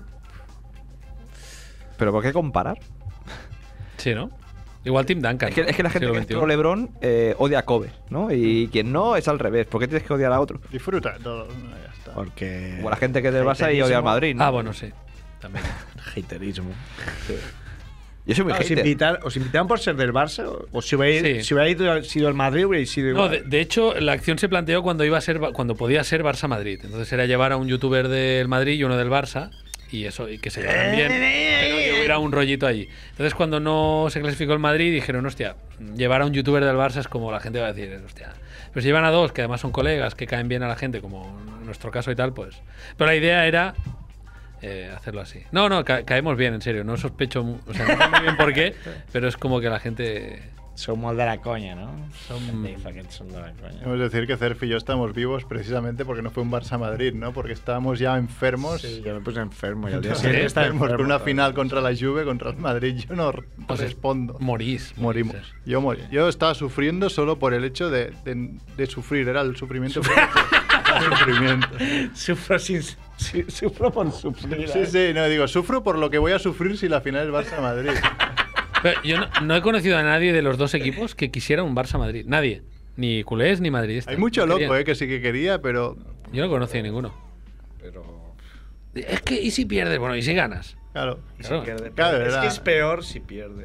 ¿Pero por qué comparar? Sí, ¿no? Igual Tim Duncan. Es que, es que la gente siglo que es veintiuno. pro LeBron eh, odia a Kobe, ¿no? Y quien no es al revés. ¿Por qué tienes que odiar a otro? Disfruta de todo. No, ya está. Porque. Como la gente que es del Barça y odia al Madrid, ¿no? Ah, bueno, sí. También. Haterismo. Yo soy muy ¿Os, hater. invitar, ¿Os invitaron por ser del Barça? ¿O- ¿O si hubiera, Sí. si hubiera ido, sido el Madrid, hubiera sido No, igual? de, de hecho, la acción se planteó cuando iba a ser Ba- cuando podía ser Barça-Madrid. Entonces era llevar a un youtuber del Madrid y uno del Barça. Y eso, y que se llevaran bien. Pero que hubiera un rollito allí. Entonces, cuando no se clasificó el Madrid, dijeron, hostia, llevar a un youtuber del Barça es como la gente va a decir, hostia. Pero si llevan a dos, que además son colegas, que caen bien a la gente, como en nuestro caso y tal, pues. Pero la idea era eh, hacerlo así. No, no, ca- caemos bien, en serio. No sospecho, mu- o sea, no sé muy bien por qué, pero es como que la gente. Som molt de la conya, no? Som d'aquests som de la conya. Hemos de decir que Cerf y yo estamos vivos precisamente porque no fue un Barça-Madrid, ¿no? Porque estábamos ya enfermos. Sí, yo me puse enfermo y al día No, siguiente estaba enfermos enfermo. con una todavía. final contra la Juve, contra el Madrid. Yo no Pues es- respondo. Morís. Morimos. morís. Yo morí. Yo estaba sufriendo solo por el hecho de, de, de sufrir. Era el sufrimiento. por el sufrimiento. Sufro, sin, su- sufro por sufrir. Sí, ¿eh? sí, no, digo, sufro por lo que voy a sufrir si la final es Barça-Madrid. Pero yo no, no he conocido a nadie de los dos equipos que quisiera un Barça-Madrid. Nadie. Ni culés ni madridistas. Hay mucho No loco, querían. eh, que sí que quería, pero Yo no conocí a ninguno. Pero... Es que, ¿y si pierdes? Bueno, ¿y si ganas? claro. y si Claro. pierde. Claro, es era- que es peor si pierde.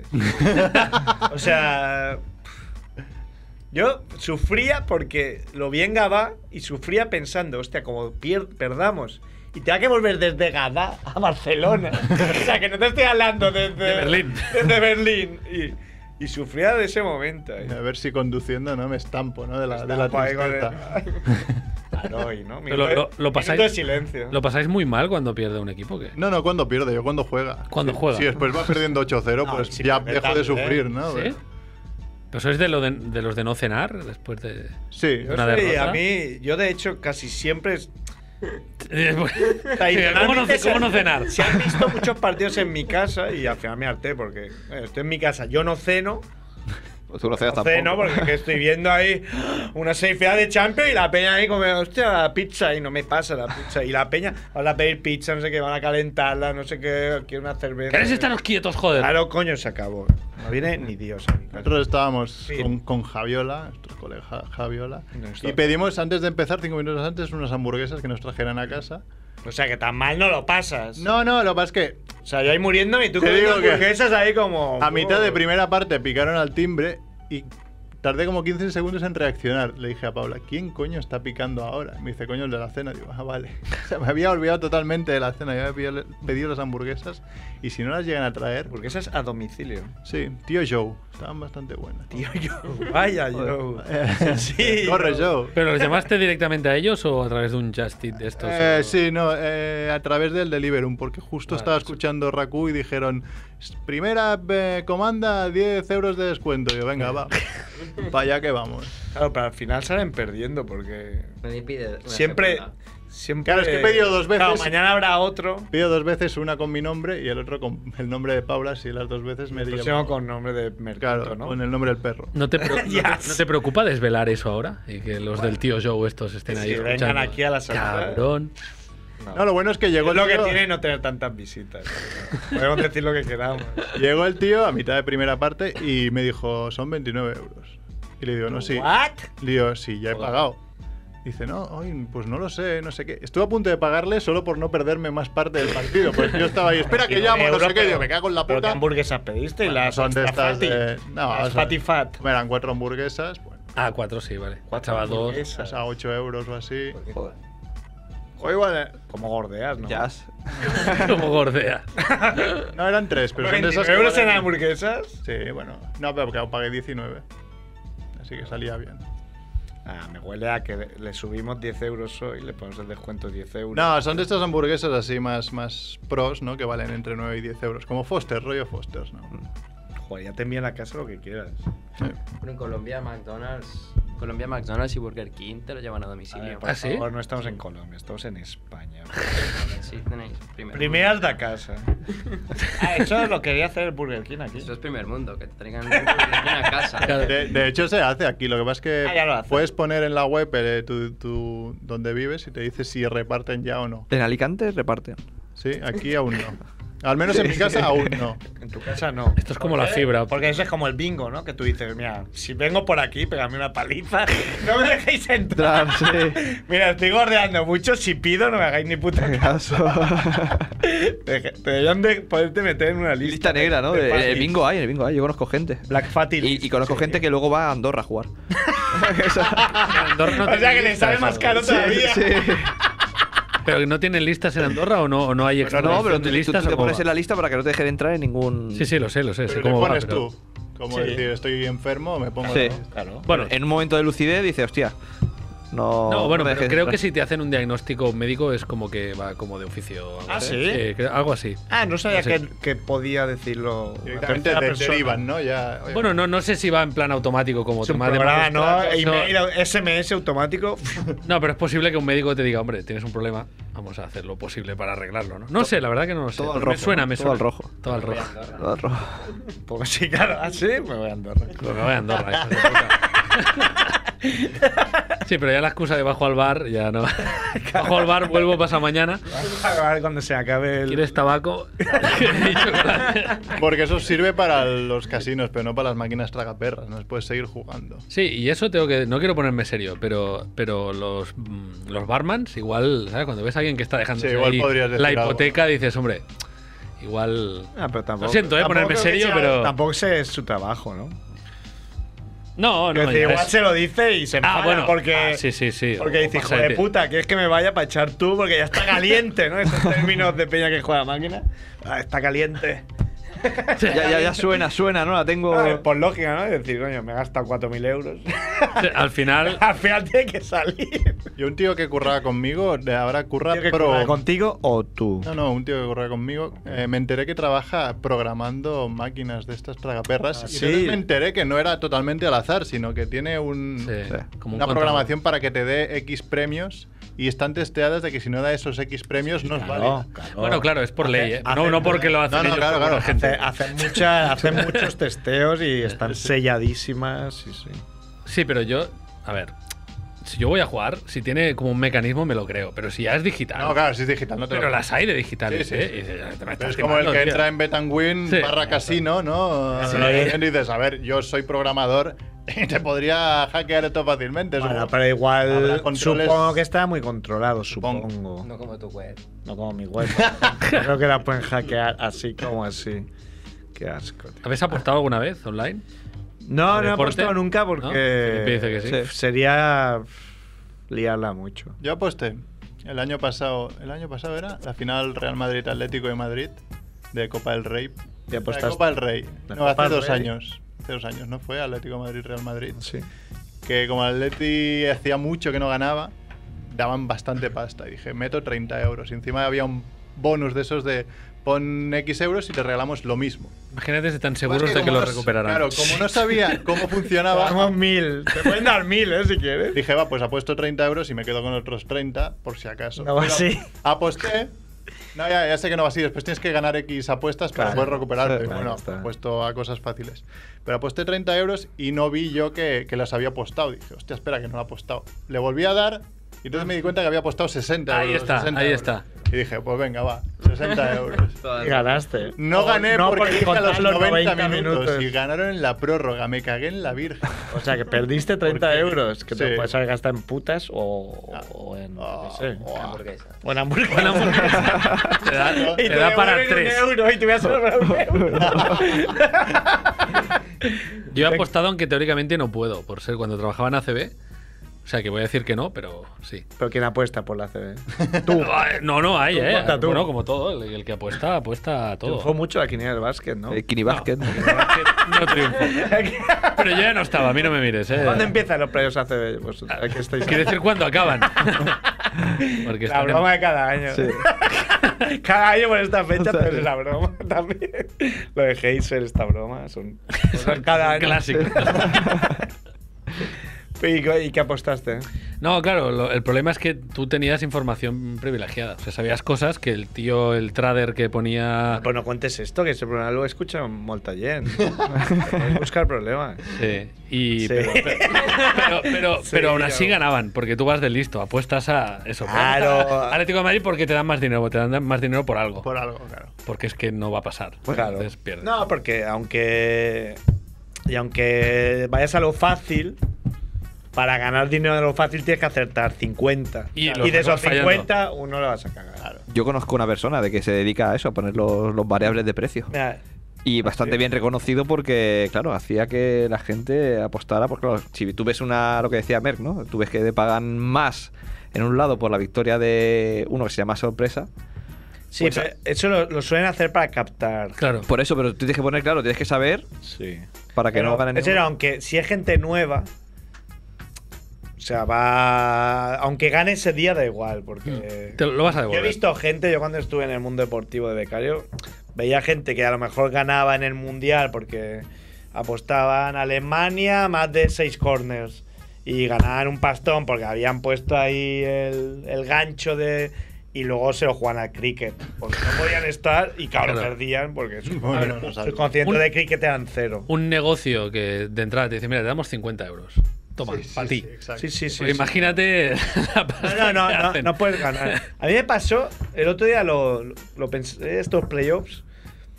O sea... Yo sufría porque lo bien Gabá y sufría pensando, hostia, como pier- perdamos y tenga que volver desde Gabá a Barcelona. O sea, que no te estoy hablando desde De Berlín. Desde Berlín. Y, y sufría de ese momento. ¿eh? A ver si conduciendo no me estampo, ¿no? De la, de la Estaba ahí con el- tristeza. Claro, y ¿no? Pero lo- lo- lo Minuto pasáis- de silencio. ¿Lo pasáis muy mal cuando pierde un equipo? ¿Qué? No, no, cuando pierde, yo cuando juega. Cuando Si- juega. Si después va perdiendo ocho cero, No, pues si ya pierde dejo de también, sufrir, ¿no? ¿Sí? ¿Pero sois de, lo de, de los de no cenar después de...? Sí. Yo una soy- derrota? a mí, yo de hecho casi siempre. es- ¿Cómo, o sea, no, internamente ce- cómo no se- cenar? Se han visto muchos partidos en mi casa y al final me harté porque eh, estoy en mi casa, yo no ceno. Pues tú no cenas No tampoco. ceno porque que estoy viendo ahí una semifinal de Champions y la peña ahí come, hostia, la pizza y no me pasa la pizza. Y la peña van a pedir pizza, no sé qué, van a calentarla, no sé qué, quiero una cerveza. ¿Queréis estaros quietos, joder? Claro, coño, se acabó. No viene ni Dios a mi casa. Nosotros estábamos Sí. con, con Javiola, nuestro colega Javiola, No, y está- pedimos antes de empezar, cinco minutos antes, unas hamburguesas que nos trajeran a casa. O sea, que tan mal no lo pasas. No, no, lo que pasa es que O sea, yo ahí muriendo y tú Te comiendo digo que hamburguesas ahí como. a mitad de primera parte picaron al timbre y tardé como quince segundos en reaccionar. Le dije a Paula, ¿quién coño está picando ahora? Me dice, coño, el de la cena. Digo, ah, vale. O sea, me había olvidado totalmente de la cena. Yo había pedido, pedido las hamburguesas y si no las llegan a traer, Hamburguesas a domicilio. sí, tío Joe, estaban bastante buenas. Tío, yo. Vaya, yo. Eh, Sí. Corre, Joe. ¿Pero los llamaste directamente a ellos o a través de un Just Eat de estos? Eh, o- sí, no, eh, a través del Deliveroo, porque justo Vale, estaba sí. escuchando Raku y dijeron, primera eh, comanda, diez euros de descuento. Y yo, venga, va, para allá que vamos. Claro, pero al final salen perdiendo porque. Nadie pide una Siempre. segunda. Siempre. Claro, es que he pedido dos veces. Claro, mañana habrá otro. Pido dos veces, una con mi nombre y el otro con el nombre de Paula, si las dos veces me El llamo- próximo con nombre de mercado, Claro, ¿no? con el nombre del perro. ¿No te, pre- no, te, Yes. no te preocupa desvelar eso ahora? Y que los del tío Joe estos estén Que ahí si vengan escuchando. aquí a la salsa. Cabrón. No, lo bueno es que llegó Es el lo que tío, tiene no tener tantas visitas. Podemos decir lo que queramos. llegó el tío a mitad de primera parte y me dijo, son veintinueve euros. Y le digo, no, sí. ¿What? Le digo, sí, ya he pagado. Dice, no, ay, pues no lo sé, no sé qué. Estuve a punto de pagarle solo por no perderme más parte del partido. Pues yo estaba ahí, espera que llamo, no sé qué. Digo, me cago en la ¿Pero qué puta. hamburguesas pediste? Bueno, las son de extra estas fatty? de- no, las o sea, fatty fat. Me eran cuatro hamburguesas, bueno, Ah, cuatro sí, vale. Cuatro Echaba dos. hamburguesas. a ocho euros o así. Joder. O igual, eh, como gordeas, ¿no? Jazz. Como gordea. No, eran tres, pero son de esas ¿veintinueve que euros en valen- hamburguesas? Sí, bueno. No, pero que pagué diecinueve. Así que salía bien. Ah, me huele a que le subimos diez euros hoy, le ponemos el descuento diez euros. No, son de estas hamburguesas así más, más pros, ¿no? Que valen entre nueve y diez euros. Como Foster, rollo Foster, ¿no? Joder, ya te envían a casa lo que quieras. Sí. Bueno, en Colombia, McDonald's, Colombia, McDonald's y Burger King te lo llevan a A domicilio. ver, por ¿Ah, sí? favor, no estamos en Colombia, estamos en España. Sí, tenéis primer Primeras de casa. Ah, eso lo quería hacer el Burger King aquí. Eso es primer mundo, que te traigan un Burger King a casa. Claro. De, de hecho, se hace aquí. Lo que pasa es que Ah, ya lo hace. puedes poner en la web eh, tu, tu- donde vives y te dice si reparten ya o no. En Alicante reparten. Sí, aquí aún no. Al menos en mi casa aún no. En tu casa no. Esto es como la fibra. Porque eso es como el bingo, ¿no? Que tú dices, mira, si vengo por aquí, pégame una paliza. No me dejéis entrar. Entrar, sí. Mira, estoy gordeando mucho. Si pido, no me hagáis ni puta caso. Caso. Te te deberían de poderte meter en una lista. Lista negra, ¿no? de De- fatties. el bingo hay, en el bingo hay. Yo conozco gente. Black Fatty Y, list. y conozco Sí. gente que luego va a Andorra a jugar. Andorra no O tiene sea que le listas, sale más ¿o? caro todavía. Sí. ¿Pero que no tienen listas en Andorra o no, o no hay extra No, pero tú, de tú- listas? tú te o cómo pones va? en la lista para que no te dejen entrar en ningún. Sí, sí, lo sé, lo sé. sé Pero te cómo va, pones pero- tú. Como Sí. decir, estoy enfermo, me pongo Sí. la lista. Claro. Bueno, en un momento de lucidez dice, hostia, No, No, bueno, no pero dejes- creo que si te hacen un diagnóstico médico es como que va como de oficio. o algo ¿Ah, así. sí? creo- algo así. Ah, no sabía Sí. que, que podía decirlo. una Directamente tercera de- persona. derivan, ¿no? Ya, oye, Bueno, no, no sé si va en plan automático como Es un tema de programa, malos ¿no? tratos, Email, S M S automático. No, pero es posible que un médico te diga, hombre, tienes un problema, vamos a hacer lo posible para arreglarlo, ¿no? No sé, la verdad que no lo sé. todo al pero me rojo, suena, ¿no? me Todo suena. al rojo. Todo al rojo. Todo al rojo. Pues sí, claro. Ah, sí, me voy a Andorra. Pues me voy a Andorra, hijos de puta. Sí, pero ya la excusa de bajo al bar, ya no. Bajo al bar, vuelvo pasa mañana. A ver cuando se acabe el. ¿Quieres tabaco? Y chocolate. Porque eso sirve para los casinos, pero no para las máquinas tragaperras. No puedes seguir jugando. Sí, y eso tengo que. No quiero ponerme serio, pero, pero los, mm, los barmans, igual, ¿sabes? Cuando ves a alguien que está dejando Sí, igual podrías decir la algo. hipoteca, dices, hombre, igual. Ah, pero tampoco, Lo siento, eh, tampoco ponerme creo que serio, sea- pero- Tampoco sé es su trabajo, ¿no? No, no, Quiero decir, ya igual es- se lo dice y se enfada Ah, bueno, porque. ah, sí, sí, sí. Porque o dice, hijo pasa de ti. puta, ¿quieres que me vaya para echar tú? Porque ya está caliente, ¿no? Estos términos de peña que juega a máquina. Ah, está caliente. Ya, ya, ya suena, suena, ¿no? La tengo. Ah, por lógica, ¿no? Es decir, coño, me he gastado cuatro mil euros. Sí, al final. Al final tiene que salir. Y un tío que curraba conmigo, de ahora curra ¿Tiene que pro. currar contigo o tú? No, no, un tío que curra conmigo. eh, me enteré que trabaja programando máquinas de estas tragaperras. Ah, y sí. entonces me enteré que no era totalmente al azar, sino que tiene un, Sí, como un una contador. programación para que te dé X premios y están testeadas de que si no da esos X premios no es válida. Bueno, claro, es por ley, ¿eh? Hace- No, no porque lo hacen No, no, ellos claro, por buena claro. gente. Hace- hacen, mucha- hacen muchos testeos y están selladísimas. Sí, sí. Sí, pero yo, a ver, si yo voy a jugar, si tiene como un mecanismo me lo creo, pero si ya es digital. No, claro, si es digital, no te Pero lo las hay de digitales, Sí, sí, ¿eh? sí. Y dices, "Ya te me Pero estás es como el timando, que tío". entra en Bet and Win Sí. barra casino, ¿no? Sí. Y dices, a ver, yo soy programador y te podría hackear esto fácilmente. Bueno, supongo. pero Habrá igual controles- supongo que está muy controlado, Supongo. supongo. No como tu web. No como mi web. Creo que la pueden hackear así como así. Qué asco, tío. ¿Habéis apostado alguna vez online? No, ¿De no he deporte? apostado nunca ¿No? porque Felipe dice que sí. Sí, sería liarla mucho. Yo aposté el año pasado, el año pasado era la final Real Madrid Atlético de Madrid de Copa del Rey. ¿Y La apostaste? Copa del Rey. ¿La No, Copa hace del dos Rey? años. Hace dos años, ¿no? Fue Atlético de Madrid Real Madrid. Sí. Que como el Atleti hacía mucho que no ganaba, daban bastante pasta. Y dije, meto treinta euros. Y encima había un bonus de esos de pon X euros y te regalamos lo mismo. Imagínate si están Pues seguros de que como lo no- recuperarán. Claro, como no sabía cómo funcionaba, Damos mil. Te pueden dar mil, ¿eh? Si quieres. dije, va, pues apuesto treinta euros y me quedo con otros treinta por si acaso. No va Pero así. Aposté. No, ya, ya sé que no va así. Después tienes que ganar X apuestas para Claro. poder recuperarte. Claro, bueno, está. apuesto a cosas fáciles. Pero aposté treinta euros y no vi yo que, que las había apostado. Dije, hostia, espera, que no lo he apostado. Le volví a dar y entonces me di cuenta que había apostado sesenta Ahí euros. está, sesenta ahí euros. está. Y dije, pues venga, va, sesenta euros. Y ganaste. No gané no, porque, dije a los contaste los noventa, noventa minutos, minutos. y ganaron en la prórroga. Me cagué en la virgen. O sea, que perdiste treinta Porque- euros. Que te sí. puedes haber gastado en putas o, Ah. o en. Oh, yo qué sé. oh. Hamburguesa. O en hamburguesa. Buena hamburguesa. Te da, Y te te da para devuelven tres. un euro y te voy a sobrar un euro. Yo he apostado, aunque teóricamente no puedo, por ser cuando trabajaba en A C B. O sea, que voy a decir que no, pero sí. Pero ¿quién apuesta por la C B? Tú. No, no hay, Tú, ¿eh? cuenta tú. Bueno, como todo. El, el que apuesta, apuesta a todo. Triunfó mucho la quiniela del básquet, ¿no? Eh, Kini Basket. ¿no? No triunfo. Pero yo ya no estaba, a mí no me mires, ¿eh? ¿Cuándo empiezan los premios A C B? Pues, aquí estáis. Quiere decir cuándo acaban. Porque La están en- broma de cada año. Sí. Cada año por esta fecha, pero es la broma también. Lo de Heiser, esta broma, son cosas cada año. clásico. ¿Y, qué- y qué apostaste? No, claro, lo- el problema es que tú tenías información privilegiada. O sea, sabías cosas que el tío, el trader que ponía. Pues no cuentes esto, que ese programa lo escucha molta gent. Hay que buscar problemas. Sí, y, Sí. Pero, pero, pero, pero, Sí, pero aún así yo- ganaban, porque tú vas de listo, apuestas a eso. Claro. Atlético de Madrid porque te dan más dinero, te dan más dinero por algo. Por algo, claro. Porque es que no va a pasar. Claro. Entonces pierdes. No, porque aunque. Y aunque vayas a lo fácil, para ganar dinero de lo fácil tienes que acertar cincuenta. Y Y, los de esos acabas fallando. cincuenta, uno lo vas a cagar. Yo conozco una persona de que se dedica a eso, a poner los, los variables de precio. Mira, Y bastante bien reconocido porque, claro, hacía que la gente apostara. Porque, claro, si tú ves una, lo que decía Merck, ¿no? Tú ves que te pagan más en un lado por la victoria de uno que se llama sorpresa. sí, Pues, pero eso lo, lo suelen hacer para captar. Claro. Por eso, pero tú tienes que poner, claro, tienes que saber Sí. para que Pero, no ganen en serio, aunque si es gente nueva. O sea, va. Aunque gane ese día, da igual, porque. Te lo vas a Yo he devolver. visto gente, yo cuando estuve en el mundo deportivo de becario, veía gente que a lo mejor ganaba en el mundial porque apostaban a Alemania más de seis corners y ganaban un pastón porque habían puesto ahí el, el gancho de. Y luego se lo juegan al cricket. Porque no podían estar y claro, Claro. perdían porque su, Bueno, a ver, no su sabes. concierto Un- de cricket eran cero. Un negocio que de entrada te dice, mira, te damos cincuenta euros. Toma, Sí, sí, para ti. sí, exacto. Sí, sí, sí. Pues sí. imagínate la No, pasta no, que no, no, hacen. no puedes ganar. A mí me pasó, el otro día lo, lo pensé, estos playoffs,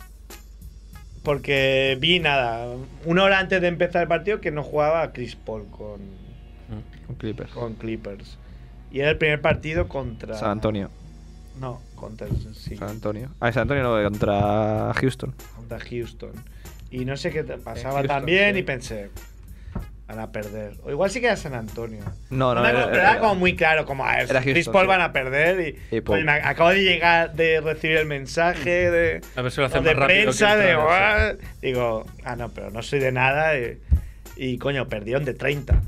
porque vi nada, una hora antes de empezar el partido que no jugaba Chris Paul con, Con Clippers. con Clippers. Y era el primer partido contra... San Antonio. No, contra, sí, San Antonio. Ah, San Antonio no, contra Houston. contra Houston. Y no sé qué te pasaba Houston, también sí. y pensé, van a perder. O igual sí que era San Antonio. No, no, me era- acuerdo, pero era, era- como muy claro, como a ver, era Chris Houston, Paul sí. van a perder y, Y Paul. oye, me acabo de llegar de recibir el mensaje de, A ver si lo hacen de más rápido prensa que de entrar, "Guau". Digo, ah no, pero no soy de nada y, y, coño, perdieron de treinta.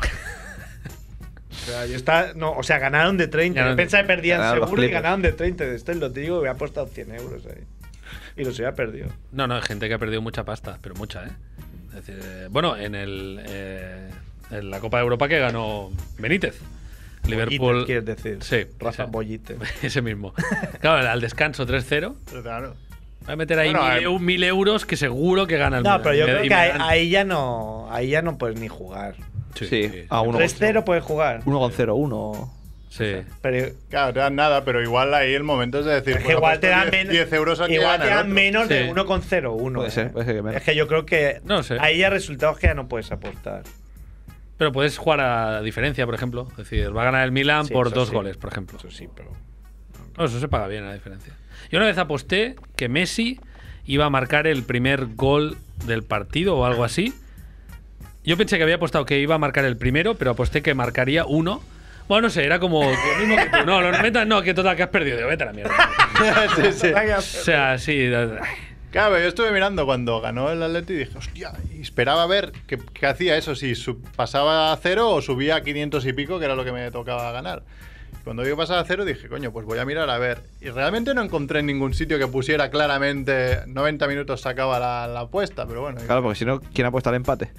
O sea, yo estaba, no, o sea, ganaron de treinta. Ganaron Yo de pensaba que perdían Ganaron los seguro y Clippers. ganaron de treinta. Esto lo te digo, había apostado cien euros ahí. Y los había perdido. No, no, hay gente que ha perdido mucha pasta, pero mucha, ¿eh? Es decir, eh, bueno, en, el, eh, en la Copa de Europa que ganó Benítez. Liverpool. Bollites, quieres decir. Sí, Rafa ese. Bollite. Ese mismo. Claro, al descanso tres cero. Pero claro. Va a meter ahí Bueno, mil, eh, eu- mil euros que seguro que gana el No, Milan. pero yo Y me- creo y que me ahí, dan- ahí ya no ahí ya no puedes ni jugar. Sí, a uno. tres cero puedes jugar. uno con cero uno. Sí. Pero Claro, te dan nada, pero igual ahí el momento es de decir, es que pues, igual apuesto te dan diez menos. diez euros aquí igual gana te el dan otro. menos de Sí. uno coma cero uno. Puede eh. ser, puede ser que menos. Es que yo creo que No sé. ahí ya resultados que ya no puedes apostar. Pero puedes jugar a diferencia, por ejemplo. Es decir, va a ganar el Milan Sí, por eso dos sí. goles, por ejemplo. Eso sí, pero. No, eso se paga bien a diferencia. Yo una vez aposté que Messi iba a marcar el primer gol del partido o algo así. Yo pensé que había apostado que iba a marcar el primero, pero aposté que marcaría uno. Bueno, no sé, era como lo mismo que tú. No, los noventa, no, que total, que has perdido. Digo, vete a la mierda. Sí, sí. O sea, sí. Claro, yo estuve mirando cuando ganó el Atleti y dije, hostia, y esperaba ver qué, qué hacía eso, si su- pasaba a cero o subía a quinientos y pico, que era lo que me tocaba ganar. Cuando vi que pasaba a cero dije, coño, pues voy a mirar a ver. Y realmente no encontré en ningún sitio que pusiera claramente noventa minutos sacaba la, la apuesta, pero bueno. Claro, porque si no, ¿quién apuesta al empate?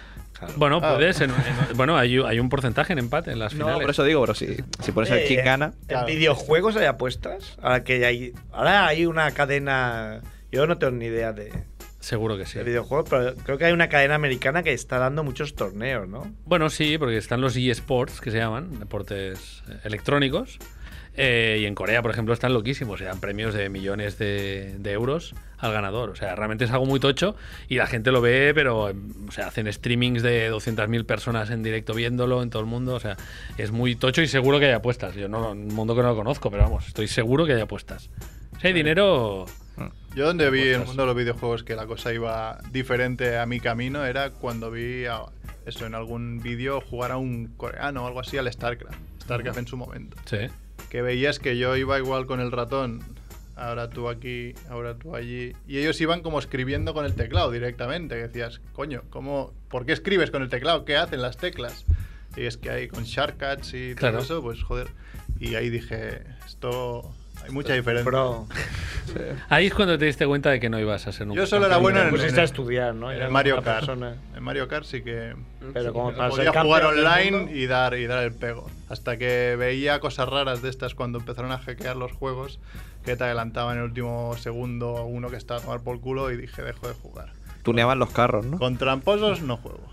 Bueno, Ah. puedes. en- en- bueno, hay, hay un porcentaje en empate en las No, finales. por eso digo, pero si, si pones el Eh, quién gana. ¿En Claro. videojuegos hay apuestas? Ahora que hay, ahora hay una cadena. Yo no tengo ni idea de, Seguro que sí. de videojuegos, pero creo que hay una cadena americana que está dando muchos torneos, ¿no? Bueno, sí, porque están los eSports, que se llaman, deportes eh, electrónicos. Eh, y en Corea, por ejemplo, están loquísimos. Se dan premios de millones de, de euros al ganador. O sea, realmente es algo muy tocho y la gente lo ve, pero em, o sea, hacen streamings de doscientas mil personas en directo viéndolo en todo el mundo. O sea, es muy tocho y seguro que hay apuestas. Yo no, un mundo que no lo conozco, pero vamos, estoy seguro que hay apuestas. Si hay dinero, Yo donde vi en el mundo de los videojuegos que la cosa iba diferente a mi camino era cuando vi a- eso en algún vídeo jugar a un coreano o algo así al StarCraft. StarCraft en su momento. sí. Que veías que yo iba igual con el ratón, ahora tú aquí, ahora tú allí, y ellos iban como escribiendo con el teclado directamente, que decías, coño, ¿cómo, ¿por qué escribes con el teclado? ¿Qué hacen las teclas? Y es que hay con shortcuts y todo Claro. eso, pues joder. Y ahí dije, esto, hay mucha diferencia. Bro, Ahí es cuando te diste cuenta de que no ibas a ser nunca Yo solo era campeón. bueno en te el- pusiste a estudiar, ¿no? En Era el Mario una Kart. persona- En Mario Kart sí que Pero como para ser podía jugar campeón del online mundo. y dar, y dar el pego. Hasta que veía cosas raras de estas cuando empezaron a hackear los juegos, que te adelantaban en el último segundo uno que estaba a tomar por culo y dije, dejo de jugar. Tuneaban los carros, ¿no? Con tramposos no juego.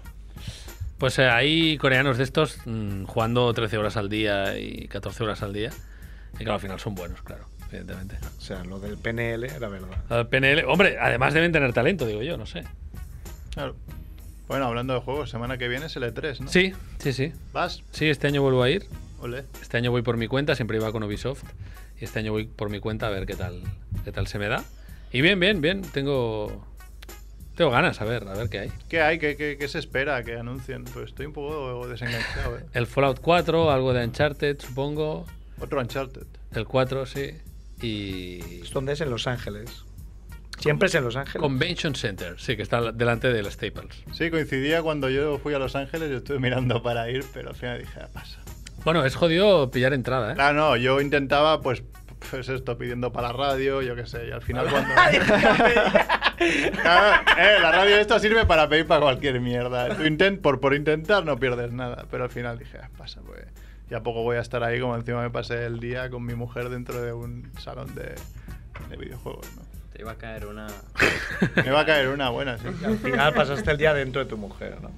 Pues eh, hay coreanos de estos mm, jugando trece horas al día y catorce horas al día. Y claro, al final son buenos, claro, evidentemente. O sea, lo del P N L era verdad. Al P N L, hombre, además deben tener talento, digo yo, no sé. Claro. Bueno, hablando de juegos, semana que viene es el E tres, ¿no? Sí, sí, sí. ¿Vas? Sí, este año vuelvo a ir. Ole. Este año voy por mi cuenta, siempre iba con Ubisoft. Y este año voy por mi cuenta a ver qué tal, qué tal se me da. Y bien, bien, bien. Tengo, tengo ganas, a ver, a ver qué hay. ¿Qué hay? ¿Qué, qué, qué se espera que anuncien? Pues estoy un poco desenganchado, ¿eh? El Fallout cuatro, algo de Uncharted, supongo. Otro Uncharted. El cuatro, sí. Y... ¿Dónde es? En Los Ángeles. Siempre es en Los Ángeles. Convention Center, sí, que está delante del Staples. Sí, coincidía cuando yo fui a Los Ángeles y estuve mirando para ir, pero al final dije, ah, pasa. Bueno, es jodido pillar entrada, ¿eh? Ah, no, yo intentaba, pues, pues esto, pidiendo para la radio, yo qué sé, y al final cuando... Claro, eh, la radio esto sirve para pedir para cualquier mierda. Tú intent, por, por intentar no pierdes nada, pero al final dije, ah, pasa, pues, ya poco voy a estar ahí, como encima me pasé el día con mi mujer dentro de un salón de, de videojuegos, ¿no? Te iba a caer una... Me va a caer una buena, sí. Al final pasaste el día dentro de tu mujer, ¿no?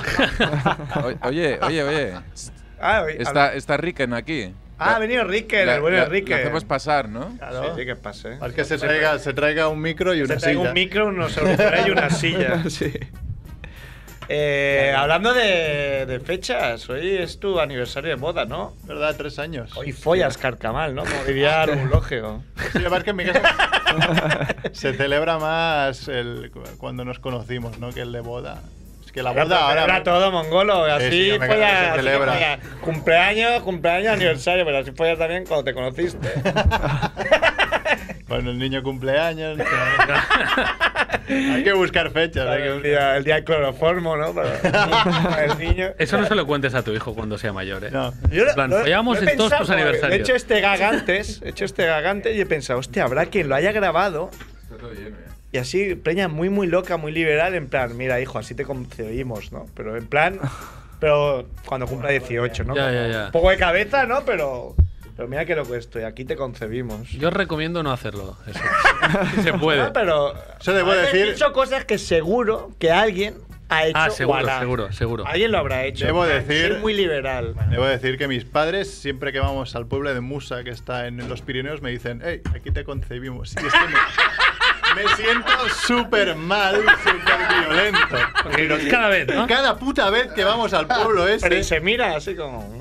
Oye, oye, oye. Ah, oye, Está, está Ricken aquí. ah, ha venido Ricken, La- el bueno la- Ricken. la hacemos pasar, ¿no? Claro. Sí, sí, que pase. Es que se traiga, se traiga un micro y Se una traiga silla. un micro, unos auriculares y una silla. Sí. Eh, hablando de, de fechas, hoy es tu aniversario de boda, ¿no? ¿Verdad? Tres años. Hoy follas carcamal, ¿no? Como diría Arbulógeo. Sí, la verdad es que en mi casa se celebra más el, cuando nos conocimos, ¿no? Que el de boda. Es que la boda ahora... Celebra todo, mongolo. Así Sí, sí, me follas. se así celebra. follas. Cumpleaños, cumpleaños, aniversario, pero así follas también cuando te conociste. Bueno, el niño cumpleaños. Hay que buscar fechas. Hay que el, buscar... día, el día del cloroformo, ¿no? Para el niño. Eso no se lo cuentes a tu hijo cuando sea mayor, ¿eh? No. Yo lo- En plan, lo- follamos lo he en todos tus pensado, aniversarios. He hecho este gag antes, he hecho este gag antes y he pensado, hostia, habrá quien lo haya grabado Está todo lleno ya. y así, preña muy, muy loca, muy liberal, en plan, mira, hijo, así te concebimos, ¿no? Pero en plan, pero cuando cumpla dieciocho, ¿no? Ya, ya, ya. Un poco de cabeza, ¿no? Pero, pero mira que loco estoy, aquí te concebimos. Yo recomiendo no hacerlo. Eso. Si se puede. No, pero Eso debo a veces decir- pienso cosas que seguro que alguien ha hecho. Ah, seguro, o hará. seguro, seguro. Alguien lo habrá hecho. Debo En plan, decir- Soy muy liberal. Debo decir que mis padres, siempre que vamos al pueblo de Musa, que está en los Pirineos, me dicen, hey, aquí te concebimos. Y es que me, me siento súper mal, súper violento. Pero cada vez, ¿no? Cada puta vez que vamos al pueblo Pero y ese... se mira así como.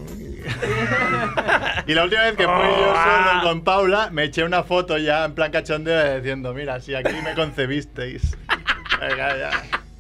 Y la última vez que fui yo solo con Paula, me eché una foto ya en plan cachondeo diciendo, mira, si aquí me concebisteis. Venga, ya.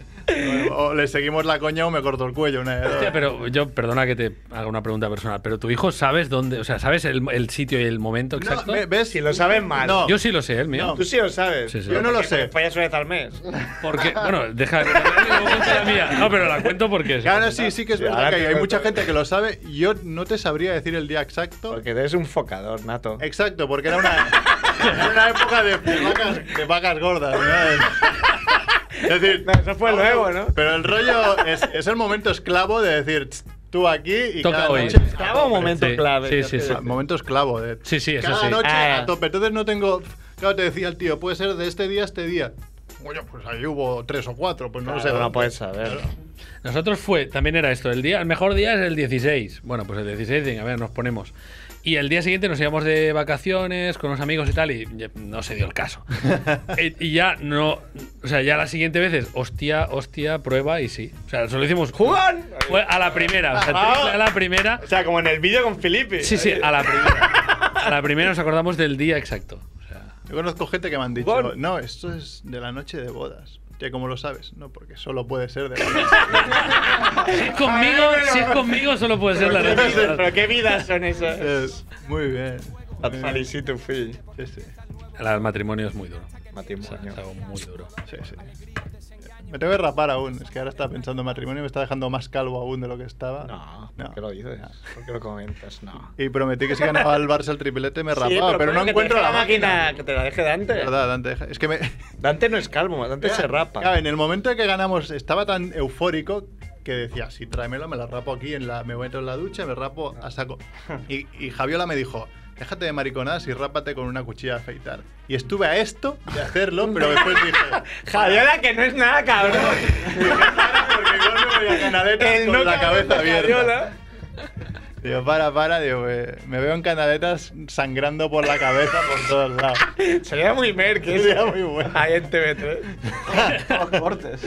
O, o le seguimos la coña o me corto el cuello. Una de dos. Hostia, pero yo, perdona que te haga una pregunta personal, pero tu hijo sabes dónde, o sea, ¿sabes el, el sitio y el momento No, exacto? ve- ¿ves? Si lo saben mal. No. Yo sí lo sé, el mío. No. Tú sí lo sabes. Sí, sí. Yo no lo Porque sé. Follas una vez al mes. Porque, bueno, deja que luego cuento la mía. No, pero la cuento porque Claro, sí, sí que es Sí, verdad ahora que te hay cuento. mucha gente que lo sabe. Yo no te sabría decir el día exacto. Porque eres un focador, nato. Exacto, porque era una, era una época de, de vacas, de vacas gordas. ¿no? Es decir, No, eso fue luego, ¿no? pero el rollo es, es el momento esclavo de decir, "Tss, tú aquí y Toca cada hoy". noche. Estaba un momento Sí, clave. sí, ya sí, te sí. digo. Momento esclavo de Sí, sí, eso cada sí. noche Ah. a tope. Entonces no tengo. Claro, te decía el tío, puede ser de este día a este día. Bueno, pues ahí hubo tres o cuatro, pues no Claro, sé. no dónde. puedes saber. Nosotros fue, también era esto, el día, el mejor día es el dieciséis. Bueno, pues el dieciséis, venga, a ver, nos ponemos. Y el día siguiente nos íbamos de vacaciones con unos amigos y tal, y ya no se dio el caso. y, y ya no, o sea, ya la siguiente vez es hostia, hostia, prueba y sí. O sea, solo hicimos ¡Juan! Fue a la primera, o sea, Ah. triple a la primera. O sea, como en el vídeo con Felipe. Sí, sí, a la primera. A la primera nos acordamos del día exacto. O sea, Yo conozco gente que me han dicho, Bueno. no, esto es de la noche de bodas. ¿Ya cómo lo sabes? No, porque solo puede ser de la noche. si es conmigo, si es conmigo solo puede ser la ¿Pero qué, noche. pero qué vidas son esas? Es- muy bien. A Muy bien. felicito, fui. Sí, sí. El matrimonio es muy duro. O sea, Matrimonio. es algo muy duro. Sí, sí. Me tengo que rapar aún. Es que ahora estaba pensando en matrimonio y me está dejando más calvo aún de lo que estaba. No, No. ¿por qué lo dices? ¿Por qué lo comentas? No. Y prometí que si ganaba el Barça el triplete me Sí, rapaba, pero, no coño, que te encuentro deje la máquina. Que te la deje Dante. Es verdad, Dante. deja- Es que me. Dante no es calvo, Dante se rapa. Claro, en el momento en que ganamos estaba tan eufórico que decía, sí, tráemelo, me la rapo aquí, en la, me meto en la ducha, me rapo a saco. Y, y Javiola me dijo, déjate de mariconadas y rápate con una cuchilla de afeitar. Y estuve a esto de hacerlo, pero después dije, Javiola, que no es nada, cabrón. porque igual me voy a canaletas El con no la cabrón cabeza de abierta. Javiola. Digo, para, para, digo, eh, me veo en canaletas sangrando por la cabeza por todos lados. Sería muy merque. Sería muy bueno. Ahí en T V tres. Los cortes.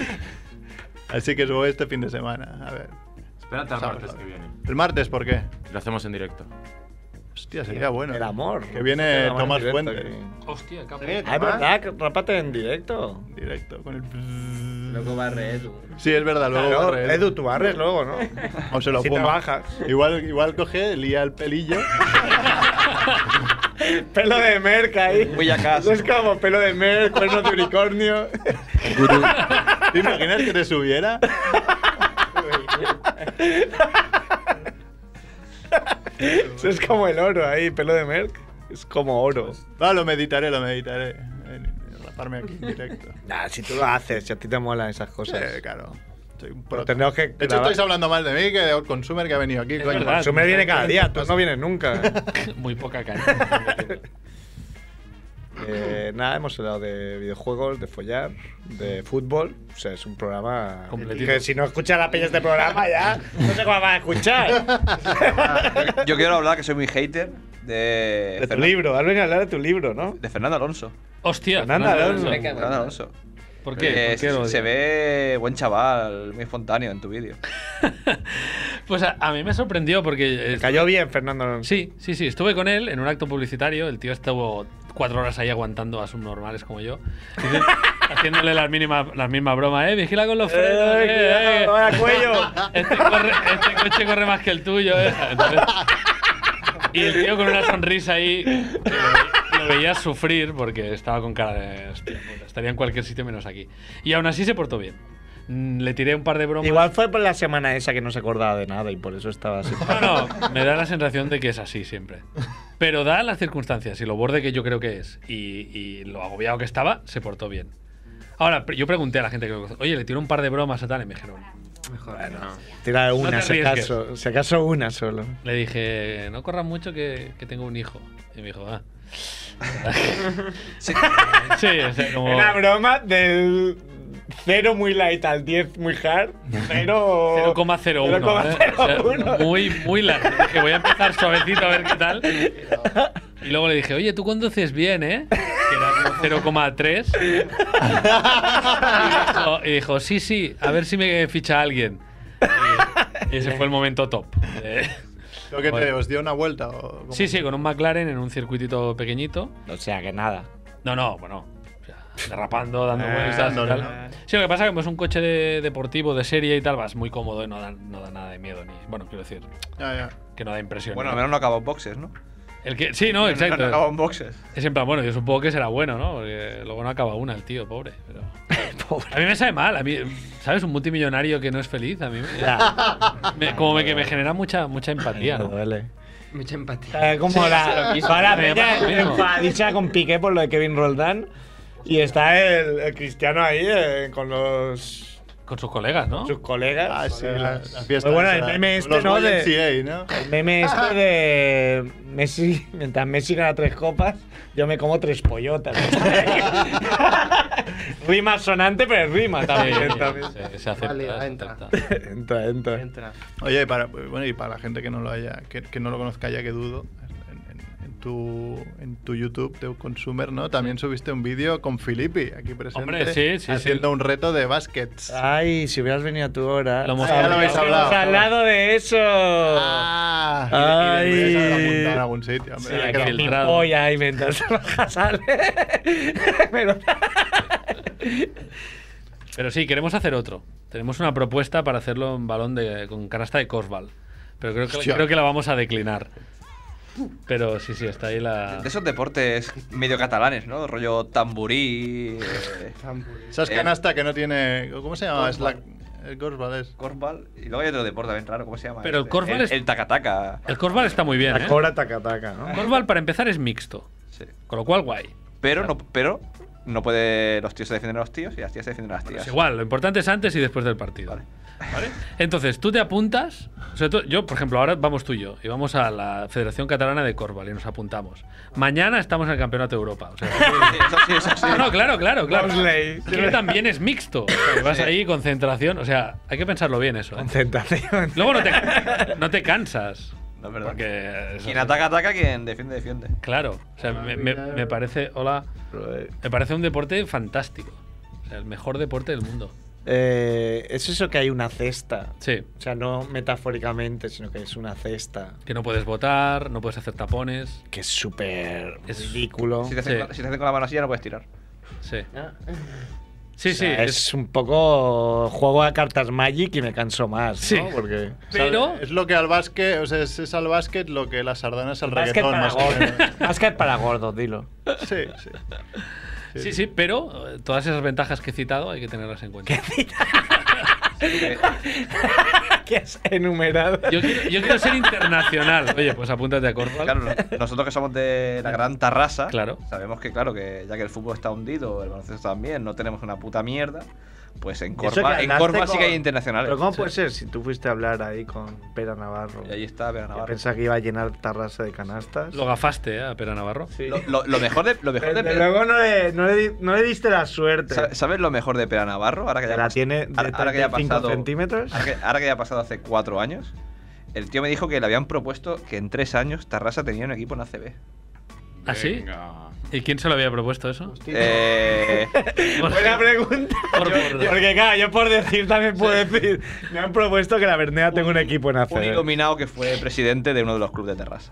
Así que subo este fin de semana, a ver. Espérate al Sabes, martes sabes. que viene. ¿El martes por qué? Lo hacemos en directo. Hostia, sería bueno. El amor. Que viene El amor Tomás en directo Fuentes. aquí. Hostia, capo. Ah, es verdad, que rápate en directo. Directo, con el... Luego barre Edu. Sí, es verdad, luego Claro, barre Edu. Edu, tú barres luego, ¿no? O se lo si fuma. trabajas. Igual, igual coge, lía el pelillo. Pelo de Merc ahí. Muy acaso. Es como pelo de Merc, cuernos de unicornio. Gurú. ¿Te imaginas que te subiera? Eso es como el oro ahí, pelo de Merc. Es como oro. Va, lo meditaré, lo meditaré. Eh, Raparme aquí en directo. Nah, si tú lo haces, si a ti te molan esas cosas. Sí, claro. Soy un Pero pro. tendremos que De hecho, grabar. estáis hablando más de mí que de Old Consumer que ha venido aquí, coño. verdad. Consumer viene cada día, tú no vienes nunca. Muy poca caña. Eh, nada, hemos hablado de videojuegos, de follar, de fútbol. O sea, es un programa Completito. que si no escucha la peña este programa ya no sé cómo va a escuchar. Yo quiero hablar que soy muy hater de. De tu Fernan- libro, has venido a hablar de tu libro, ¿no? De Fernando Alonso. Hostia. Fernando Alonso. Fernando Alonso. ¿Por qué? Eh, ¿Por qué lo se, se odias? ve buen chaval, muy espontáneo en tu vídeo. Pues a, a mí me sorprendió porque. eh, Cayó bien Fernando Alonso. Sí, sí, sí. Estuve con él en un acto publicitario. El tío estuvo cuatro horas ahí aguantando a subnormales como yo. Dice- haciéndole las mínimas, las mismas bromas, ¿eh? Vigila con los frenos, Eh, eh, eh. cuidado, vaya cuello. Este, corre- este coche corre más que el tuyo, ¿eh? Entonces- y el tío con una sonrisa ahí. que Lo veías sufrir porque estaba con cara de. Hostia, puta, estaría en cualquier sitio menos aquí. Y aún así se portó bien. Mm, Le tiré un par de bromas. Igual fue por la semana esa que no se acordaba de nada y por eso estaba así. No, no, me da la sensación de que es así siempre. Pero da las circunstancias y lo borde que yo creo que es y, y lo agobiado que estaba, se portó bien. Ahora, pre- yo pregunté a la gente que lo conoce, oye, le tiró un par de bromas a tal y me dijeron. Mejor no. Tira una, te si arriesgues. acaso. Si acaso una solo. Le dije, no corras mucho que, que tengo un hijo. Y me dijo, ah. Sí. Sí, o sea, como. Una broma del cero muy light al diez muy hard. Cero cero coma cero uno. cero coma ¿eh? cero O sea, uno. muy, muy largo. Dije, voy a empezar suavecito a ver qué tal. Y luego le dije, oye, tú conduces bien, ¿eh? Que era como cero coma tres. Y dijo, y dijo, sí, sí, a ver si me ficha alguien. Y, y ese fue el momento top. Eh, ¿Lo que te Bueno. os dio una vuelta? O cómo? sí, sí, con un McLaren en un circuitito pequeñito. O sea que nada. No, no, bueno. O sea, derrapando, dando Eh, vueltas y dándole, tal. ¿no? Sí, lo que pasa es que como es un coche de- deportivo de serie y tal, vas muy cómodo y no da, no da nada de miedo. ni Bueno, quiero decir, Ya, ya. que no da impresión. Bueno, al ¿no? menos no acabó en boxes, ¿no? El que, sí, no, No exacto. acabó en boxes. Es en plan, bueno, yo supongo que será bueno, ¿no? Porque luego no acaba una, el tío, pobre. Pero... A mí me sabe mal, a mí, ¿sabes? Un multimillonario que no es feliz, a mí me, me- como me, que me genera mucha, mucha empatía, Me ¿no? duele. Mucha empatía. Eh, como la, mismo. va la Me peña pasa lo mismo. enfadísima con Piqué por lo de Kevin Roldán. Y está el, el Cristiano ahí eh, con los Con sus colegas, ¿no? sus colegas. Ah, sí, la, la fiesta. Pues bueno, esa, el meme con este, los ¿no? Y M De- C A, ¿no? El meme este de Messi, mientras Messi gana tres copas, yo me como tres pollotas. Rima sonante, pero es rima Sí, también. también. se, se acepta, Vale, se entra. acepta. Entra, entra. Entra. Oye, y para, bueno, y para la gente que no lo haya, que, que no lo conozca ya, que dudo, en, en- en tu, en tu YouTube de Consumer, ¿no? También subiste un vídeo con Filippi aquí presente. Hombre, sí, sí, haciendo sí. un reto de baskets. Ay, si hubieras venido a tu hora. Lo hemos Ah, ya lo habéis habríamos hablado. hablado de eso. Ah, Ay. y, y deberíais haber apuntado en algún sitio. hombre. Sí, Hay aquí que- mi filtrado. polla ahí mientras baja sale. Pero Pero sí, queremos hacer otro. Tenemos una propuesta para hacerlo en balón de, con canasta de Korsball. Pero creo que, Hostia. creo que la vamos a declinar. Pero sí, sí, está ahí la. De esos deportes medio catalanes, ¿no? Rollo tamburí, eh, Esas Eh, canasta que no tiene. ¿Cómo se llama? Korfball. Slack. El Korsball es. korfball. Y luego hay otro deporte también raro, ¿cómo se llama? Pero el Este, korfball el, es- El tacataca. El Korsball está muy bien, la ¿eh? cobra taca taca, ¿no? Korsball, para empezar, es mixto. Sí. Con lo cual, guay. Pero no, pero no puede. Los tíos se defienden a los tíos y las tías se defienden a las tías. Es igual, lo importante es antes y después del partido. Vale. ¿Vale? Entonces, tú te apuntas. O sea, tú- yo, por ejemplo, ahora vamos tú y yo. Y vamos a la Federación Catalana de Korsball y nos apuntamos. Mañana estamos en el Campeonato de Europa. O sea, Eso sí, eso sí. no, no, claro, claro, claro. Bosley. Que también es mixto. O sea, que vas ahí, concentración. O sea, hay que pensarlo bien eso. ¿eh? Concentración. Luego no te, no te cansas. No es verdad. Porque. eso- Quien ataca, ataca, quien defiende, defiende. Claro. O sea, me, me- me parece. Hola. Me parece un deporte fantástico. O sea, el mejor deporte del mundo. Eh, es eso que hay una cesta. Sí. O sea, no metafóricamente, sino que es una cesta. Que no puedes votar, no puedes hacer tapones. Que es súper Es ridículo. Si te, hacen, Sí. con- si te hacen con la mano así ya no puedes tirar. Sí. Sí, O sea, sí. es, un poco juego a cartas Magic y me canso más, Sí. ¿no? Porque Pero. Es lo que al básquet, o sea, es, es al básquet lo que las sardanas al básquet reggaetón, para más o gordos. menos. Básquet para gordos, dilo. Sí, sí. Sí, sí, pero eh, todas esas ventajas que he citado hay que tenerlas en cuenta. ¿Qué has enumerado? Yo quiero, yo quiero ser internacional. Oye, pues apúntate a Corval. Claro, no- nosotros que somos de la gran Tarrasa, Claro. sabemos que, claro, que ya que el fútbol está hundido, el baloncesto también, no tenemos una puta mierda, pues en Y eso Corval, que en hablaste Corval sí que hay con- internacionales. Pero ¿cómo Sí. puede ser si tú fuiste a hablar ahí con Pera Navarro? Y ahí está, Pera Yo Navarro. pensaba que iba a llenar Tarrasa de canastas. Lo gafaste, ¿eh? A Pera Navarro. Sí. Lo, lo- lo mejor de, lo mejor de Desde Pera- luego no le, no, le, di- no le diste la suerte. ¿Sa- ¿Sabes lo mejor de Pera Navarro? Ahora que ya Que la pas- tiene de ahora, ahora que ya ha treinta y cinco pasado, centímetros. ahora que, ahora que ya ha pasado hace cuatro años, el tío me dijo que le habían propuesto que en tres años Tarrasa tenía un equipo en A C B. ¿Ah, sí? Venga. ¿Y quién se lo había propuesto eso? Eh, Buena pregunta. Por- por- Porque claro, yo por decir también puedo decir. Me han propuesto que la Bernea tenga un equipo en A C un B. iluminado que fue presidente de uno de los clubes de Tarrasa.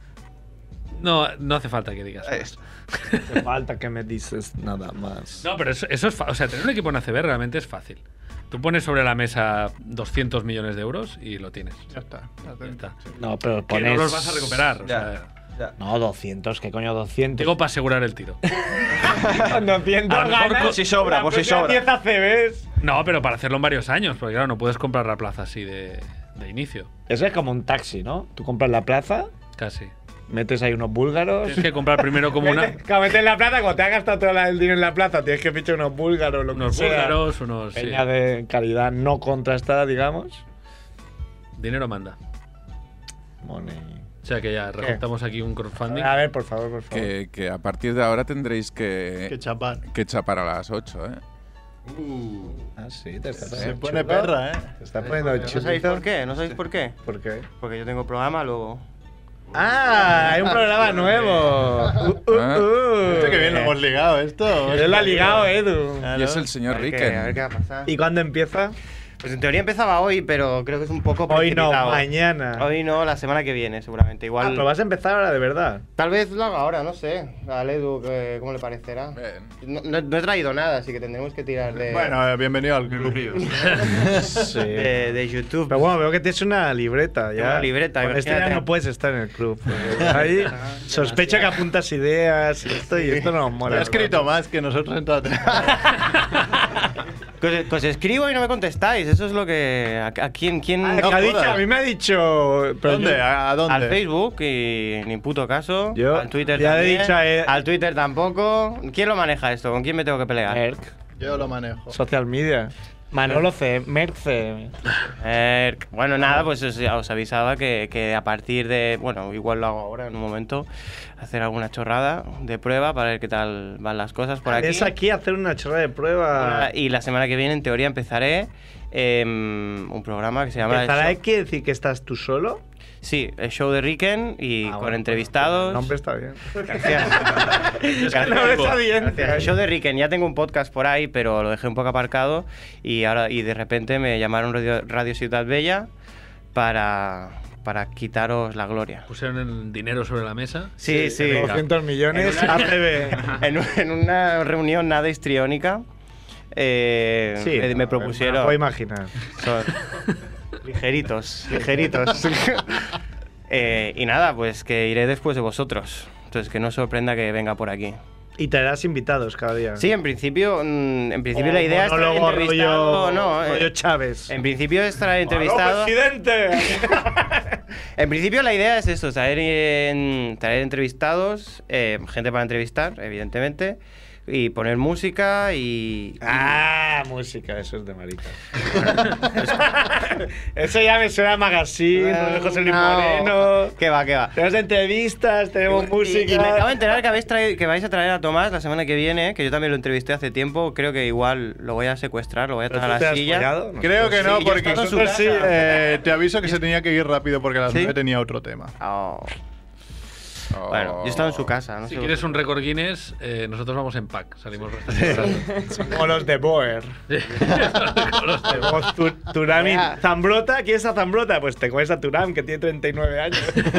No, no hace falta que digas. Es- Hace falta que me dices nada más. No, pero eso, eso es fácil. O sea, tener un equipo en A C B realmente es fácil. Tú pones sobre la mesa doscientos millones de euros y lo tienes. Ya está. Ya Ya está. está. No, pero Que pones. no los vas a recuperar. O Ya. sea, ya. No, doscientos, ¿qué coño doscientos? digo para asegurar el tiro. Con doscientos A lo mejor ganas por si sobra, la por si propia sobra. diez A C Bs. No, pero para hacerlo en varios años, porque claro, no puedes comprar la plaza así de, de inicio. Eso es como un taxi, ¿no? Tú compras la plaza, Casi. metes ahí unos búlgaros. Tienes que comprar primero como una, Mete- claro, metes la plaza, cuando te has gastado todo el dinero en la plaza, tienes que fichar unos búlgaros, lo unos que sea. búlgaros, unos. sí. Peña de calidad no contrastada, digamos. Dinero manda. Money. O sea que ya rejuntamos aquí un crowdfunding. A ver, por favor, por favor. Que, que a partir de ahora tendréis Que que, chapar. que chapar a las ocho, ¿eh? Ah, sí, te estás Se poniendo pone chulo. perra, ¿eh? Te estás poniendo ¿No sabéis chulito. por qué? ¿No sabéis por qué? ¿Por qué? Porque yo tengo programa luego. ¡Ah! Hay un programa nuevo. Uh, uh, Ah. uh. Hostia, qué bien lo hemos ligado esto. Él lo ha ligado, Edu. Claro. Y es el señor A ver, qué, a ver qué Ricken. va a pasar. ¿Y cuándo empieza? Pues en teoría empezaba hoy, pero creo que es un poco Hoy no, precipitado. mañana. Hoy no, la semana que viene, seguramente. Ah, Igual. pero vas a empezar ahora de verdad. Tal vez lo haga ahora, no sé. A Edu, que- ¿cómo le parecerá? Bien. No, no- no he traído nada, así que tendremos que tirar de, Bueno, eh, bienvenido al club. Sí. de, de YouTube. Pero bueno, veo que tienes una libreta ya. Una libreta, Con este ya imagínate. no puedes estar en el club. porque Ahí sospecho que apuntas ideas y esto, y esto no nos mola. Ha escrito más que nosotros en toda la temporada. Que os, que os escribo y no me contestáis. Eso es lo que. ¿A, a quién? quién Ah, No que ha dicho, jodas. a mí me ha dicho. pero ¿Dónde? yo- ¿A a dónde? Al Facebook y ni puto caso. Yo al Twitter ya le he también. dicho a él- Al Twitter tampoco. ¿Quién lo maneja esto? ¿Con quién me tengo que pelear? Merck, Yo lo manejo. social media. Manolo C, Merck C. Eh, bueno, nada, pues os, os avisaba que, que a partir de. Bueno, igual lo hago ahora en un momento. Hacer alguna chorrada de prueba para ver qué tal van las cosas por aquí. Es aquí hacer una chorra de prueba. Y la semana que viene, en teoría, empezaré em, un programa que se llama. el ¿Empezará Show- quiere decir que estás tú solo? Sí, el show de Ricken y Ah, con bueno, entrevistados. El nombre está bien. Gracias. El nombre está bien. Gracias. El show de Ricken, ya tengo un podcast por ahí, pero lo dejé un poco aparcado y ahora y de repente me llamaron Radio, Radio Ciudad Bella para, para quitaros la gloria. Pusieron el dinero sobre la mesa. Sí, sí. doscientos millones, En una- A C B. En, un- en una reunión nada histriónica eh, Sí, me, no, me me propusieron... lo puedo imaginar. Son ligeritos, ligeritos. Eh, y nada, pues que iré después de vosotros. Entonces que no os sorprenda que venga por aquí. Y traerás invitados cada día. Sí, en principio, mm, en principio O la idea es traer monólogo entrevistado. rollo, No, eh, rollo Chávez. en principio es traer entrevistado. presidente! En principio la idea es eso, traer, en- traer entrevistados, eh, gente para entrevistar, evidentemente, y poner música y... Ah, música, eso es de maricas. Eso ya me suena a magazine, Ah, de José Luis no. Moreno. ¿Qué va, qué va? Tenemos entrevistas, tenemos música. Y, y me acabo de enterar que, habéis traído- que vais a traer a Tomás la semana que viene, que yo también lo entrevisté hace tiempo. Creo que igual lo voy a secuestrar, lo voy a ¿Pero traer tú a te la has silla. follado? No. Creo que no, Sí, yo porque estaba en su nosotros sí, casa. eh, te aviso que se tenía que ir rápido porque a las ¿Sí? nueve tenía otro tema. Oh. Oh. Bueno, yo estaba en su casa, no Si sé. quieres un récord Guinness, eh, nosotros vamos en pack. Salimos bastante Como los de Boer. Tenemos tu- Turam y Vea. Zambrota. ¿Quién es a Zambrota? Pues te comes a Turam, que tiene treinta y nueve años.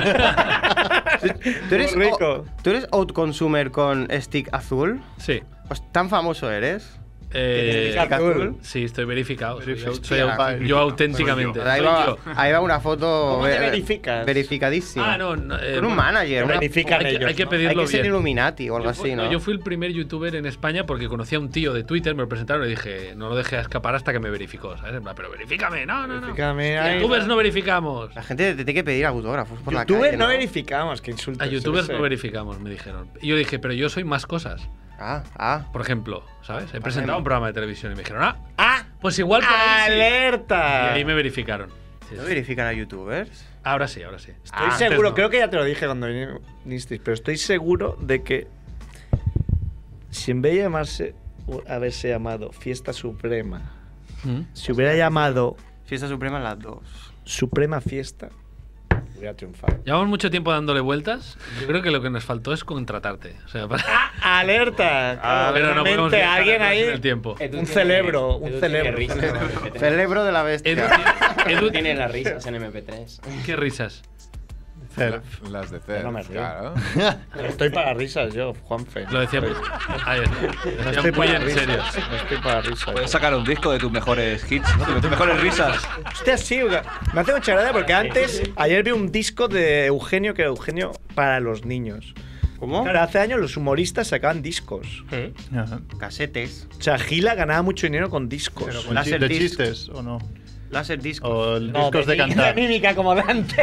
¿Tú eres, Muy rico. o- ¿Tú eres out consumer con stick azul? Sí. Pues, ¿tan famoso eres? Eh, Azul. sí, estoy verificado. Soy, Verificado. soy au- yo auténticamente. Ahí soy va, yo. ahí va una foto ¿Cómo te ver- verificas? verificadísima. Ah, no, no, eh, Con un bueno, manager. Te una- verifican hay, que- ellos, hay que ¿no? pedirlo Hay que ser bien. Illuminati o algo Yo así, fui- ¿no? Yo fui el primer youtuber en España porque conocí a un tío de Twitter, me lo presentaron y dije, no lo dejé escapar hasta que me verificó, ¿sabes? En plan, pero verifícame, no, no, no. Verifícame, ay, Youtubers no verificamos. La gente te tiene que pedir autógrafos por la Youtubers calle, no verificamos, que insulto. A youtubers no verificamos, me dijeron. Y yo dije, pero yo soy más cosas. Ah, ah. Por ejemplo, ¿sabes? He Ah, presentado bueno. un programa de televisión y me dijeron, ah, ¡Ah! pues igual por ahí sí". ¡Alerta! Y ahí me verificaron. Sí, ¿No sí. verifican a youtubers? Ahora sí, ahora sí. Estoy Ah, seguro, antes no. creo que ya te lo dije cuando vinisteis, pero estoy seguro de que si en vez de llamarse, haberse llamado Fiesta Suprema, ¿Mm? si hubiera llamado Fiesta Suprema las dos. Suprema Fiesta, hubiera triunfado. Llevamos mucho tiempo dándole vueltas. Yo creo que lo que nos faltó es contratarte. O sea, para... ¡Alerta! Ah, pero no podemos Realmente, viajar alguien atrás ahí. en el tiempo. Edu Un tiene- celebro, un Edu celebro. tiene risas en M P tres. Celebro de la Edu, bestia. tiene- Edu- Tiene las risas en M P tres. ¿Qué risas? Cerf. Las de no Cerf, me río. claro. Estoy para risas yo, Juanfe. Lo decía. Ahí está. No Decía estoy muy para en risas. serio. No estoy para risas. Puedes sacar un disco de tus mejores hits, ¿no? De tus mejores risas. Hostia, sí, me hace mucha gracia porque antes, ayer vi un disco de Eugenio que era Eugenio para los niños. ¿Cómo? Claro, hace años los humoristas sacaban discos. Ajá. Casetes. O sea, Gila ganaba mucho dinero con discos. Pero con Láser chi- de disc. chistes, ¿o no? Láser disco. O el No, discos de, mímica- cantar. de mímica como Dante.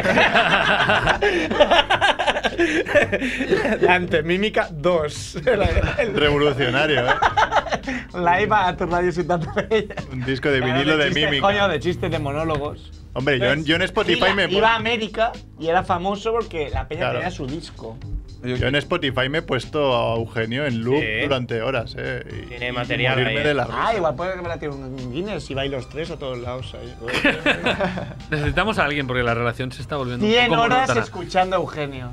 Dante, mímica dos. Revolucionario, ¿eh? La iba a tu radio Ciudad Bella. Un disco de vinilo de, chistes, mímica. Coño, de chistes de monólogos. Hombre, yo, en- yo en Spotify Gila me he iba a pu- América y era famoso porque la peña Claro. tenía su disco. yo en Spotify me he puesto a Eugenio en loop Sí. durante horas, ¿eh? Y- Tiene y material morirme ahí, de ¿eh? la risa. Ah, igual puede que me la tire un Guinness y vais los tres a todos lados ahí. Necesitamos a alguien porque la relación se está volviendo un cien poco horas monótona. escuchando a Eugenio.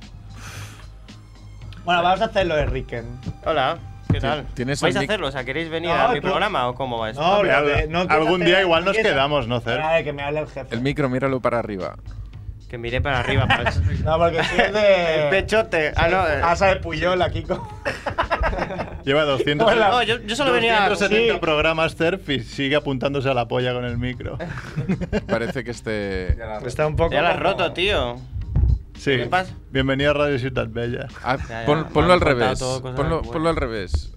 Bueno, vamos a hacerlo de Ricken. Hola, ¿qué tal? ¿Tienes ¿Vais el a mic- hacerlo? O sea, ¿queréis venir No, a mi tú- programa o cómo va esto? No, Hombre, pero al- de- no quiero algún hacer día la igual nos limpieza. quedamos, ¿no, Cer? Espera, de que me hable el jefe. El micro, míralo para arriba. Que miré para arriba. Para el... No, porque si es de... el pechote. Ah, no. eh. Asa de Puyol, aquí con... Lleva doscientos, Hola. No, yo, yo solo venía. doscientos setenta sí. programas Cerf y sigue apuntándose a la polla con el micro. Parece que este. Está un poco... Ya lo has como- roto, tío. Sí. ¿Qué pasa? Bienvenido a Radio Ciudad Bella. Ah, Ya, ya, pon- me ponlo han al contado revés. todo cosas Ponlo, buenas. ponlo al revés.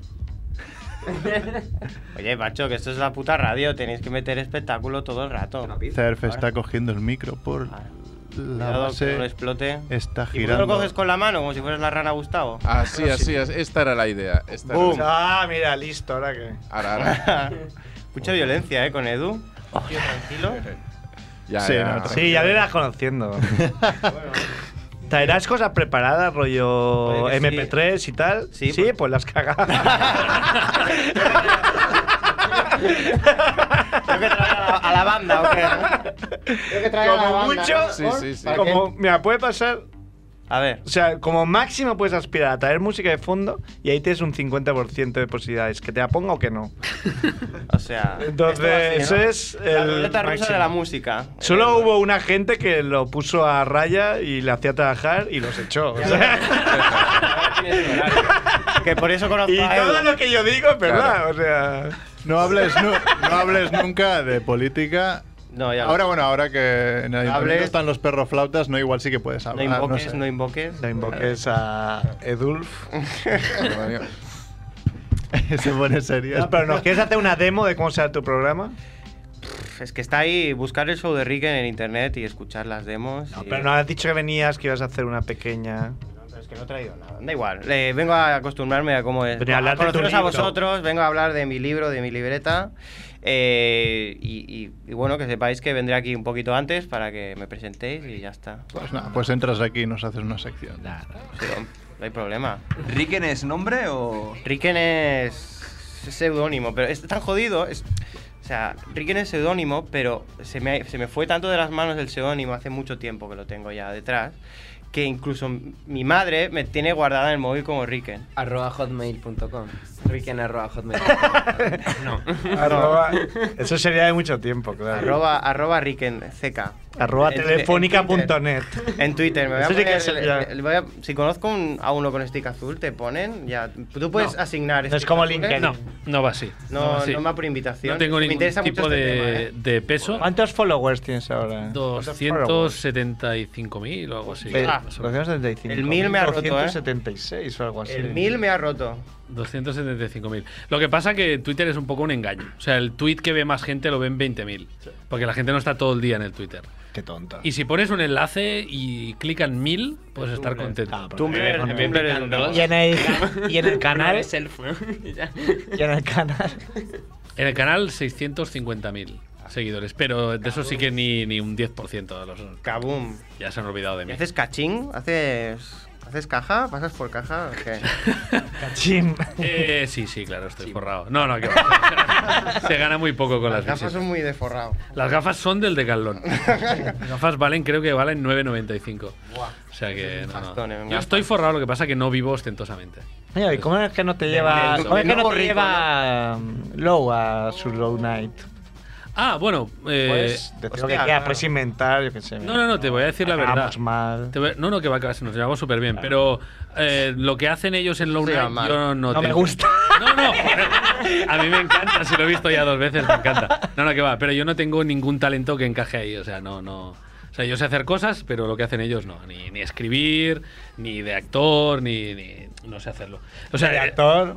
Oye, macho, que esto es la puta radio. Tenéis que meter espectáculo todo el rato. Cerf está cogiendo el micro por Ah, la Cuidado que no base. explote. Está ¿Y por qué girando. lo coges con la mano como si fueras la rana Gustavo? Así, así, así. Esta era la idea. Esta era la Boom. idea. Ah, mira, listo, ahora que... Ahora, ahora. Mucha violencia, ¿eh? Con Edu. Tío, tranquilo. Ya, Sí, ya. no, Sí, ya lo irás conociendo. ¿Traerás cosas preparadas, rollo Puede que eme pe tres y tal? Sí, sí pues- pues las cagas. Tengo que traer a la, a la banda, ¿o qué? Tengo que traer a la Como banda. mucho, ¿no? Sí, sí, sí. como, mira, puede pasar... A ver. O sea, como máximo puedes aspirar a traer música de fondo y ahí tienes un cincuenta por ciento de posibilidades, que te la ponga o que no. O sea. Entonces, esto va así, ¿no? es La el ruleta rusa máximo. de la música. Solo Eh, hubo una gente que lo puso a raya y le hacía trabajar y los echó. o sea. Que por eso conozco Y a Edu. todo lo que yo digo es verdad, o sea... No hables, nu- no hables nunca de política. No, ya lo Ahora, sé. bueno, ahora que en el Hables- ayuntamiento están los perroflautas, no, igual sí que puedes No hablar. invoques, no sé. no invoques. No invoques a Edulf. Bueno, Se pone serio. No, pero ¿nos quieres hacer una demo de cómo será tu programa? Es que está ahí, buscar el show de Ricken en internet y escuchar las demos. No, y- pero no has dicho que venías, que ibas a hacer una pequeña... No, pero es que no he traído nada. Da igual. Eh, vengo a acostumbrarme a cómo es. Venía a hablar de tu conoceros a libro. vosotros, vengo a hablar de mi libro, de mi libreta. eh, y, y- y bueno, que sepáis que vendré aquí un poquito antes para que me presentéis y ya está. Pues nada, pues entras aquí y nos haces una sección. Sí, no hay problema. ¿Ricken es nombre o...? Ricken es es seudónimo, pero es tan jodido. Es, o sea, Ricken es seudónimo, pero se me, se me fue tanto de las manos el seudónimo hace mucho tiempo que lo tengo ya detrás, que incluso mi madre me tiene guardada en el móvil como Ricken. Arroba hotmail punto com. Ricken arroba hotmail. No. Arroba- Eso sería de mucho tiempo, claro. arroba, arroba Ricken C K. Arroba En- en telefónica punto net. En Twitter, me voy a Eso sí que poner. es el- ya- el- voy a- si conozco un- a uno con stick azul, te ponen. Ya, tú puedes No. asignar. No es sticks como azules. LinkedIn. No, no va así. No, va así. no va por invitación. No tengo Me ningún interesa mucho tipo este de, tema, ¿eh? de peso. ¿Cuántos followers tienes ahora? doscientos setenta y cinco mil o algo así. Ve- más o menos. doscientos setenta y cinco. El mil me ha roto, ¿eh? doscientos setenta y seis o algo así. El mil me ha roto. doscientos setenta y cinco mil. Lo que pasa que Twitter es un poco un engaño. O sea, el tweet que ve más gente lo ven veinte mil. Porque la gente no está todo el día en el Twitter. Qué tonta. Y si pones un enlace y clican mil, puedes estar contento. Ah, Tumblr, Eh, Tumblr es pican un- dos. Y en el, y en el Una canal. de self, ¿no? Y ya. Y en el canal. En el canal seiscientos cincuenta mil seguidores. Pero de eso sí que ni, ni un diez por ciento de los Kaboom. ya se han olvidado de ¿Y mí. haces cachín? ¿Haces, ¿Haces caja? ¿Pasas por caja? ¿Qué? Cachín. Eh, sí, sí, claro, estoy forrado. No, no, que va. Se gana muy poco con Las las gafas visitas. son muy de forrado. Las gafas son del Decathlon. Las gafas valen, creo que valen nueve noventa y cinco. O sea que no, no. Pastón, eh, Yo gafas. estoy forrado, lo que pasa que no vivo ostentosamente. Oye, ¿y cómo es que no te lleva. de- ¿Cómo es de que no nuevo te rico, lleva um, Low a su Low Night? Ah, bueno, eh, Pues, de lo que hostia, quieras, claro. puedes inventar, yo qué sé. no, no, no, te voy a decir la verdad. Acabamos mal. Te voy- no, no, que va a quedar, nos llevamos súper bien. Pero eh, lo que hacen ellos en Low Se llevan Night, mal. yo no No me tengo- gusta. No, no. A mí me encanta, si lo he visto ya dos veces, me encanta. No, no, que va. Pero yo no tengo ningún talento que encaje ahí. O sea, no, no. O sea, yo sé hacer cosas, pero lo que hacen ellos no. Ni, ni escribir, ni de actor, ni, ni. No sé hacerlo. O sea, de eh, actor,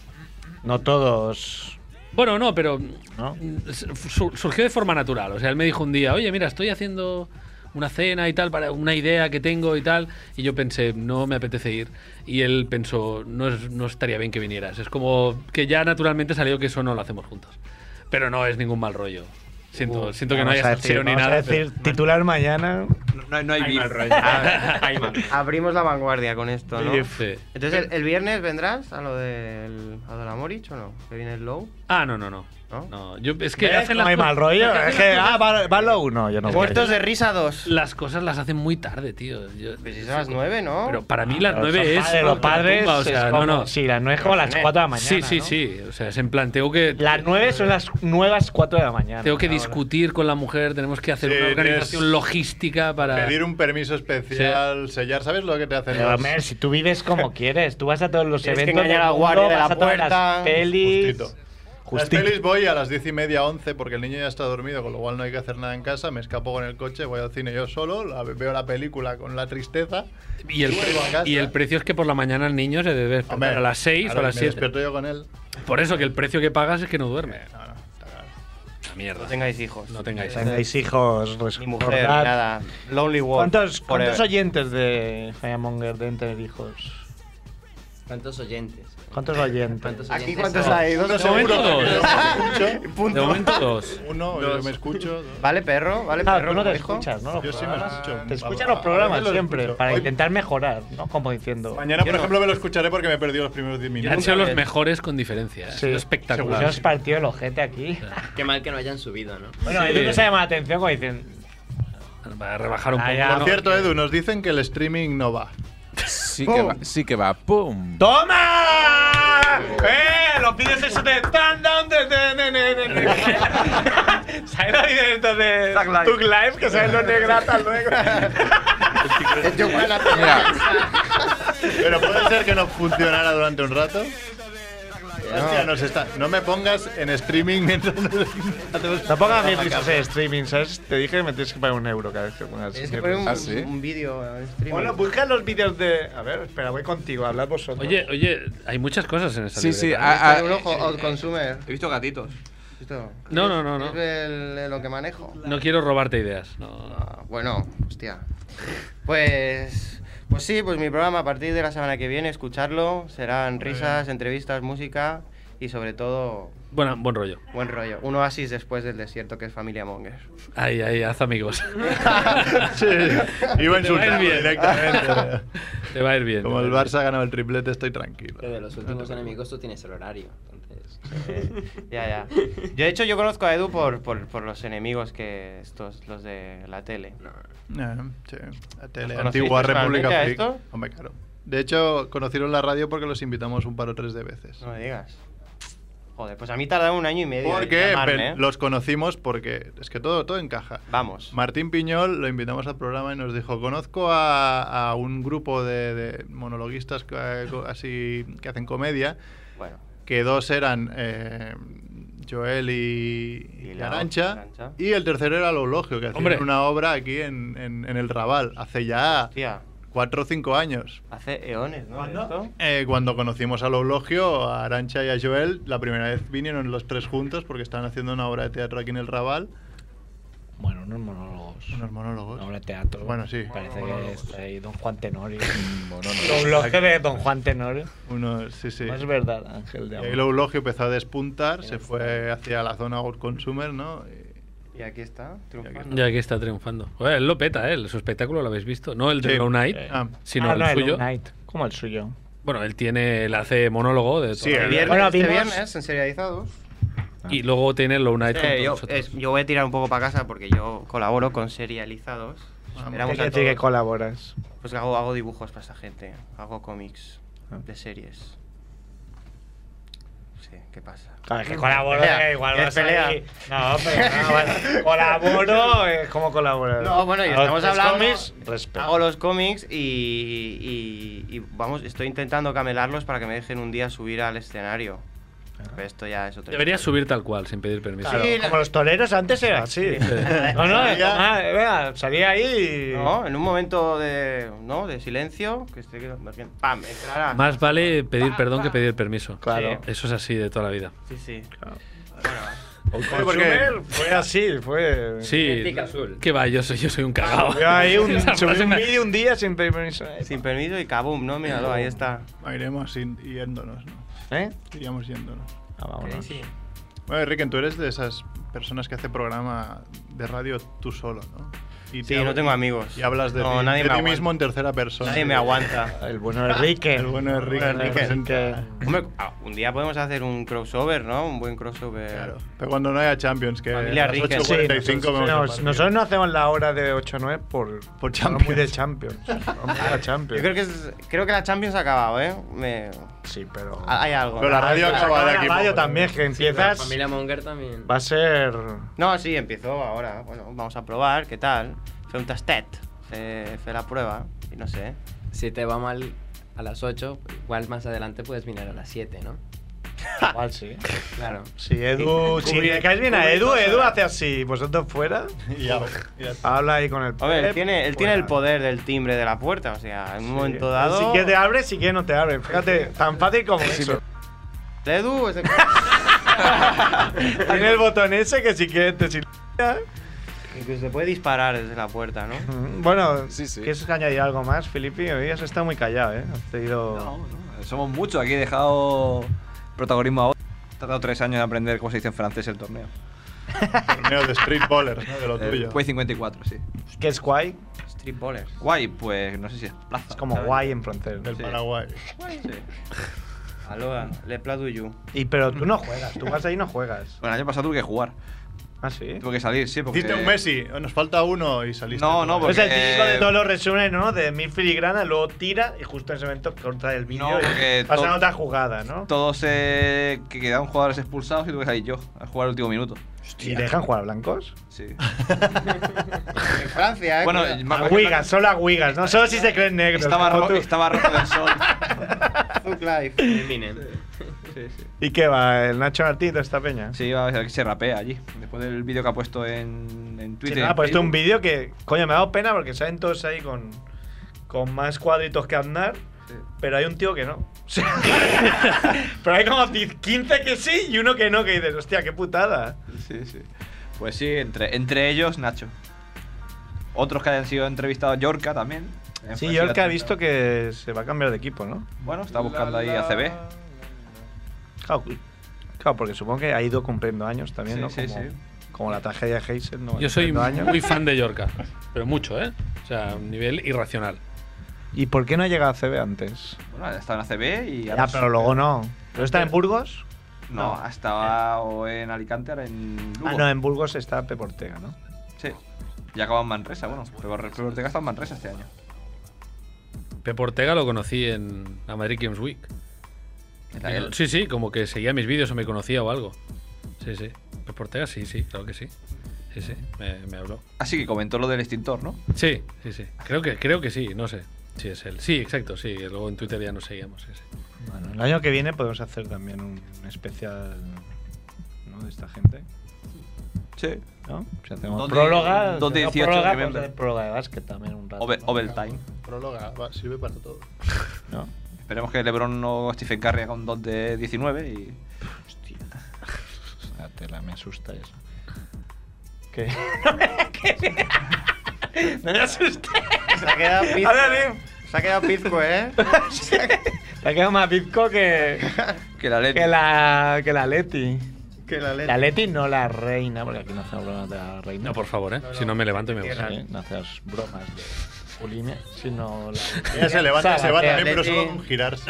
no todos. bueno, no, pero ¿No? su- surgió de forma natural. O sea, él me dijo un día, oye, mira, estoy haciendo una cena y tal, para una idea que tengo y tal. Y yo pensé, no me apetece ir. Y él pensó, no, es- no estaría bien que vinieras. Es como que ya naturalmente salió que eso no lo hacemos juntos. Pero no es ningún mal rollo. Siento, siento que no Vamos haya a decir, sido ni vamos nada. a decir, titular mañana. No, no hay beef. Abrimos la vanguardia con esto, ¿no? pero- sí. Entonces, ¿el, el viernes vendrás a lo del, a lo del Amorich o no? ¿Que viene el Low? Ah, no, no, no. ¿No? No, yo, es que ¿Ves? hacen No las hay co- mal rollo. es que Es hacen que, las ah, cosas- va, va Low. No, yo no voy. Muertos de risa dos. Las cosas las hacen muy tarde, tío. Yo- Pues si son las nueve, ¿no? pero para mí las Los nueve es. sofás de los la padres. tumba, o es sea, como- no, no. Sí, las nueve es como las cuatro de la mañana. Sí, sí, ¿no? sí. O sea, es en plan, tengo que. Las nueve son las nuevas cuatro de la mañana. Tengo que ahora. discutir con la mujer, tenemos que hacer Sí, una organización tienes- logística para. Pedir un permiso especial, sellar, ¿sabes lo que te hacen Pero, los- Mer, si tú vives como quieres, tú vas a todos los Tienes que eventos. engañar del al guardia mundo, de la vas a todas las puerta. pelis. Justito. Justito. Las pelis voy a las diez y media, once, porque el niño ya está dormido, con lo cual no hay que hacer nada en casa. Me escapo con el coche, voy al cine yo solo, la- veo la película con la tristeza. Y el, Vuelvo a casa. y el precio es que por la mañana el niño se debe despertar Hombre, a las seis claro, o a las me siete. despierto yo con él. Por eso que el precio que pagas es que no duerme. No, no, está claro. La mierda. No tengáis hijos. No tengáis. Tengáis hijos, res- Ni mujer, ni recordad. nada. Lonely Wolf. ¿Cuántos, forever. ¿Cuántos oyentes de Firemonger deben tener hijos? ¿Cuántos oyentes? ¿Cuántos oyentes? ¿Cuántos Aquí oyentes? cuántos Oh. hay, dos De momento seguro. dos. De momento dos. Uno, yo me escucho. dos. Vale, perro, vale, Claro, perro. tú no te como dijo. escuchas, ¿no? Los Yo sí me programas. escucho. Te escuchan A- los a programas veces los siempre, escucho. para Hoy- intentar mejorar, ¿no? Como diciendo. Mañana, por Yo no. ejemplo, me lo escucharé porque me he perdido los primeros diez Han minutos. sido los vez. mejores con diferencia. ¿eh? Ha sido espectacular. Se os partió el ojete aquí. Qué mal que no hayan subido, ¿no? Bueno, Sí. a Edu no se llama la atención como dicen. Para rebajar un Ah, poco. ya. Por ¿no? cierto, Edu, nos dicen que el streaming no va. Sí que va, sí que va. ¡Pum! ¡Toma! ¡Eh! Los vídeos esos de Stand Down de. de- de- de- de- de- ¿Sabes los vídeos de Tug Live? Que salen los negratas luego. Mira, Pero puede ser que no funcionara durante un rato. Hostia, nos está- no me pongas en streaming mientras nos hacemos- No pongas mis risas en streaming, ¿sabes? Te dije que me tienes que pagar un euro cada vez que pongas. Tienes que mis poner un, risas. ¿Ah, sí? un vídeo en streaming. Bueno, busca los vídeos de. A ver, espera, voy contigo, hablad vosotros. Oye, oye, hay muchas cosas en esta sí, sí. libreta, ¿eh? a- a- Dale un ojo, Outconsumer. He visto gatitos. Esto. No, no, no, no. ¿Es el- lo que manejo? No quiero robarte ideas. No. Ah, bueno, hostia. Pues. Pues sí, pues mi programa a partir de la semana que viene, escucharlo. Serán risas, entrevistas, música y sobre todo Bueno, buen rollo. buen rollo. Un oasis después del desierto que es Familia Monger. Ahí, ahí, haz amigos. Sí, iba a Te va a ir insultar bien. directamente. Te va a ir bien. Como el Barça ha ganado el triplete, estoy tranquilo. Pero de los últimos enemigos tú tienes el horario. Entonces. Ya, ya. Yo, de hecho, yo conozco a Edu por, por, por los enemigos que estos, los de la tele. Eh, sí, la tele, ¿Los antigua conocisteis República personalmente a Freak. estos? Hombre, claro. De hecho, conocieron la radio porque los invitamos un par o tres de veces. No me digas. Joder, pues a mí tarda un año y medio. Porque en llamarme, pe- ¿eh? los conocimos porque es que todo, todo encaja. Vamos. Martín Piñol lo invitamos al programa y nos dijo, conozco a, a un grupo de, de monologuistas que, así que hacen comedia, Bueno. que dos eran eh, Joel y, Y y la Arantxa, Arantxa. y el tercero era el Eulogio, que hacían Hombre. una obra aquí en, en- en el Raval, hace ya Tía, cuatro o cinco años. hace eones, ¿no? Esto. Eh, cuando conocimos al Eulogio, a Arantxa y a Joel, la primera vez vinieron los tres juntos porque estaban haciendo una obra de teatro aquí en el Raval, Bueno, unos monólogos. unos monólogos. Una obra de teatro. Bueno, sí. Parece que está ahí Don Juan Tenorio. Los bloques de Don Juan Tenorio. Unos, sí, sí. No es verdad, Ángel de Y Amor. ahí el Eulogio empezó a despuntar, se fue hacia la zona Out Consumer, ¿no? Y- Y aquí está, triunfando. Ya aquí está triunfando. Oye, él lo peta, ¿eh? Su espectáculo lo habéis visto. No el de Sí. Low Night, Eh. Ah, sino Ah, el no, suyo. Night. ¿Cómo el suyo? Bueno, él tiene, él hace monólogo de Sí, todo. el El viernes, Bueno, este vimos- viernes, en Serializados. Y luego tiene el Low Night Sí, con todos yo, nosotros. es- yo voy a tirar un poco para casa porque yo colaboro con Serializados. Ah, Esperamos ¿Qué a quiere decir que todos. colaboras? Pues hago, hago dibujos para esta gente, hago cómics Ah. de series. Sí, ¿qué pasa? Claro, es que colaboro, Pelea. eh, igual ¿Quieres vas pelea? ahí. No, pero no, bueno, colaboro, es como colaborar. No, bueno, y A los estamos tres hablando. cómics, respeto. Hago los cómics y, y, y vamos, estoy intentando camelarlos para que me dejen un día subir al escenario. Pero esto ya es otro. Deberías subir tal cual, sin pedir permiso. Claro, Sí, como los toreros antes era así. No, no, eh, ah, venga, salía ahí y... No, en un momento de, ¿no? de silencio, que esté que- ¡pam! Entrará. Más vale pedir Pa, perdón pa. que pedir permiso. Claro. Eso es así de toda la vida. Sí, sí. El porque- consumer fue así, fue... Sí. Tica azul. Que va, yo soy, yo soy un cagao. Yo ahí un, Esa subí frase un me- vídeo un día sin permiso. Sin permiso y kaboom, ¿no? Míralo, ahí está. iremos in- yéndonos, ¿no? ¿Eh? Iríamos yéndonos. Ah, vámonos. Sí. Bueno, Ricken, tú eres de esas personas que hace programa de radio tú solo, ¿no? Y Sí, te no hab- tengo amigos. Y hablas de No, ti, nadie de me ti aguanta. mismo en tercera persona. Nadie me aguanta. El bueno Enrique. El bueno Enrique. Bueno, Enrique. presenta- Hombre, ah, un día podemos hacer un crossover, ¿no? Un buen crossover. Claro. Pero cuando no haya Champions, que Familia a las Ricken. ocho Sí, cuarenta y cinco nosotros, vamos a nos- partir. nosotros no hacemos la hora de ocho a nueve por, Por somos muy Champions. de Champions. Vamos a la Champions. Yo creo que, es- creo que la Champions ha acabado, ¿eh? Me- Sí, pero... ah, Hay algo. Pero la radio la acaba de la aquí. radio poco. también, que La empiezas... familia Monger también. Va a ser... No, sí, empezó ahora. Bueno, vamos a probar, ¿qué tal? Fue un testet. Fue, fue la prueba. Y no sé. Si te va mal a las ocho, igual más adelante puedes venir a las siete, ¿no? Igual sí. Claro. Si Edu... Si le caes bien a Edu, Edu hace así. Vosotros fuera. Y ya, ya. Habla ahí con el... Hombre, él Pep, tiene, él tiene el fuera. poder del timbre de la puerta. O sea, en un Sí. momento dado. Si quieres te abre, si quieres no te abre. Fíjate, tan fácil como eso. Edu, ese- Tiene el botón ese que si quieres te silencia. incluso se puede disparar desde la puerta, ¿no? Mm, Bueno, Sí, sí. ¿quieres añadir algo más, Filipe? Hoy has estado muy callado, ¿eh? Has tenido... No, no, somos muchos. Aquí he dejado protagonismo a otro. He tardado tres años en aprender cómo se dice en francés el torneo. Torneo de street ballers, ¿no? De lo Eh, tuyo. Quay cincuenta y cuatro, sí. ¿Qué es guay? Street ballers. Guay, pues no sé si es plaza. Es como guay en francés. Del sí. Paraguay. Sí. Aloha, le plat du you. Y pero tú no juegas, tú vas ahí y no juegas. Bueno, el año pasado tuve que jugar. ¿Ah, sí? Tuve que salir, sí, porque... Hiciste un Messi, nos falta uno y saliste. No, tú. no, Es porque- el típico de todos los resúmenes, ¿no? De mil filigranas, luego tira y justo en ese momento corta el vídeo No, y porque pasan to- a otra jugada, ¿no? Todos eh, que quedaron jugadores expulsados y tuve que salir yo a jugar el último minuto. ¿Y dejan jugar a blancos? Sí. En Francia, ¿eh? Bueno, Cuidado. me A acuerdo que Wigas, solo a Wigas, no solo si se creen negros. estaba, como ro tú. estaba roto del sol. Thug Life. Eminem. Sí, sí. ¿Y qué va? ¿El Nacho Martín de esta peña? Sí, va a ver que se rapea allí. Después del vídeo que ha puesto en, en Sí, Twitter. nada, en ha puesto un Facebook. vídeo que, coño, me ha dado pena porque salen todos ahí con, con más cuadritos que andar, Sí. pero hay un tío que no. O sea, pero hay como quince que sí y uno que no, que dices, hostia, qué putada. Sí, sí. Pues sí, entre, entre ellos Nacho. Otros que hayan sido entrevistados, Yorka también. Sí, yo el que ha visto que se va a cambiar de equipo, ¿no? Bueno, está buscando ahí A C B. Claro, claro, porque supongo que ha ido cumpliendo años también, Sí, ¿no? sí, como, sí. como la tragedia de Heysel, ¿no? Yo soy Cumpliendo años. muy fan de Yorka, pero mucho, ¿eh? O sea, a un nivel irracional. ¿Y por qué no ha llegado a C B antes? Bueno, ha estado en A C B y. Ya, pero luego no. ¿Pero está en Burgos? No, estaba o en Alicante, ahora en Lugo. Ah, no, en Burgos está Pep Ortega, ¿no? Sí. Y acaba en Manresa, bueno. Pero Pep Ortega está en Manresa este año. Pep Ortega lo conocí en la Madrid Games Week. Era él. Sí, sí, como que seguía mis vídeos o me conocía o algo. Sí, sí. Pep Ortega, sí, sí, claro que sí. Sí, sí, me, me habló. Así que comentó lo del extintor, ¿no? Sí, sí, sí. Creo que, creo que sí, no sé. Sí, es él. Sí, exacto, sí. Luego en Twitter ya nos seguíamos, sí, sí. Bueno, el año que viene podemos hacer también un especial, ¿no? De esta gente, Sí. ¿no? Si hacemos Donde- próloga, donde si hacemos dieciocho próloga, de podemos noviembre. hacer próloga de básquet también un rato. Over- ¿no? overtime. Próloga, va, sirve para todo. ¿No? Esperemos que LeBron o Stephen Curry hagan un dos de diecinueve y. Hostia. La tela, me asusta eso. ¿Qué? No me asustes. Se ha quedado pizco. Se ha quedado pizco, ¿eh? Te ha quedado más bizco que, Que la Leti. que la que la Leti. Que la leche. La Leti no la reina, porque aquí no hacemos bromas de la reina. No, por favor, ¿eh? Si no me levanto y me voy. Sí, no haces bromas de bulimia, sino la... Ella se levanta y se va Sabatea. también, pero Leti. solo con girarse.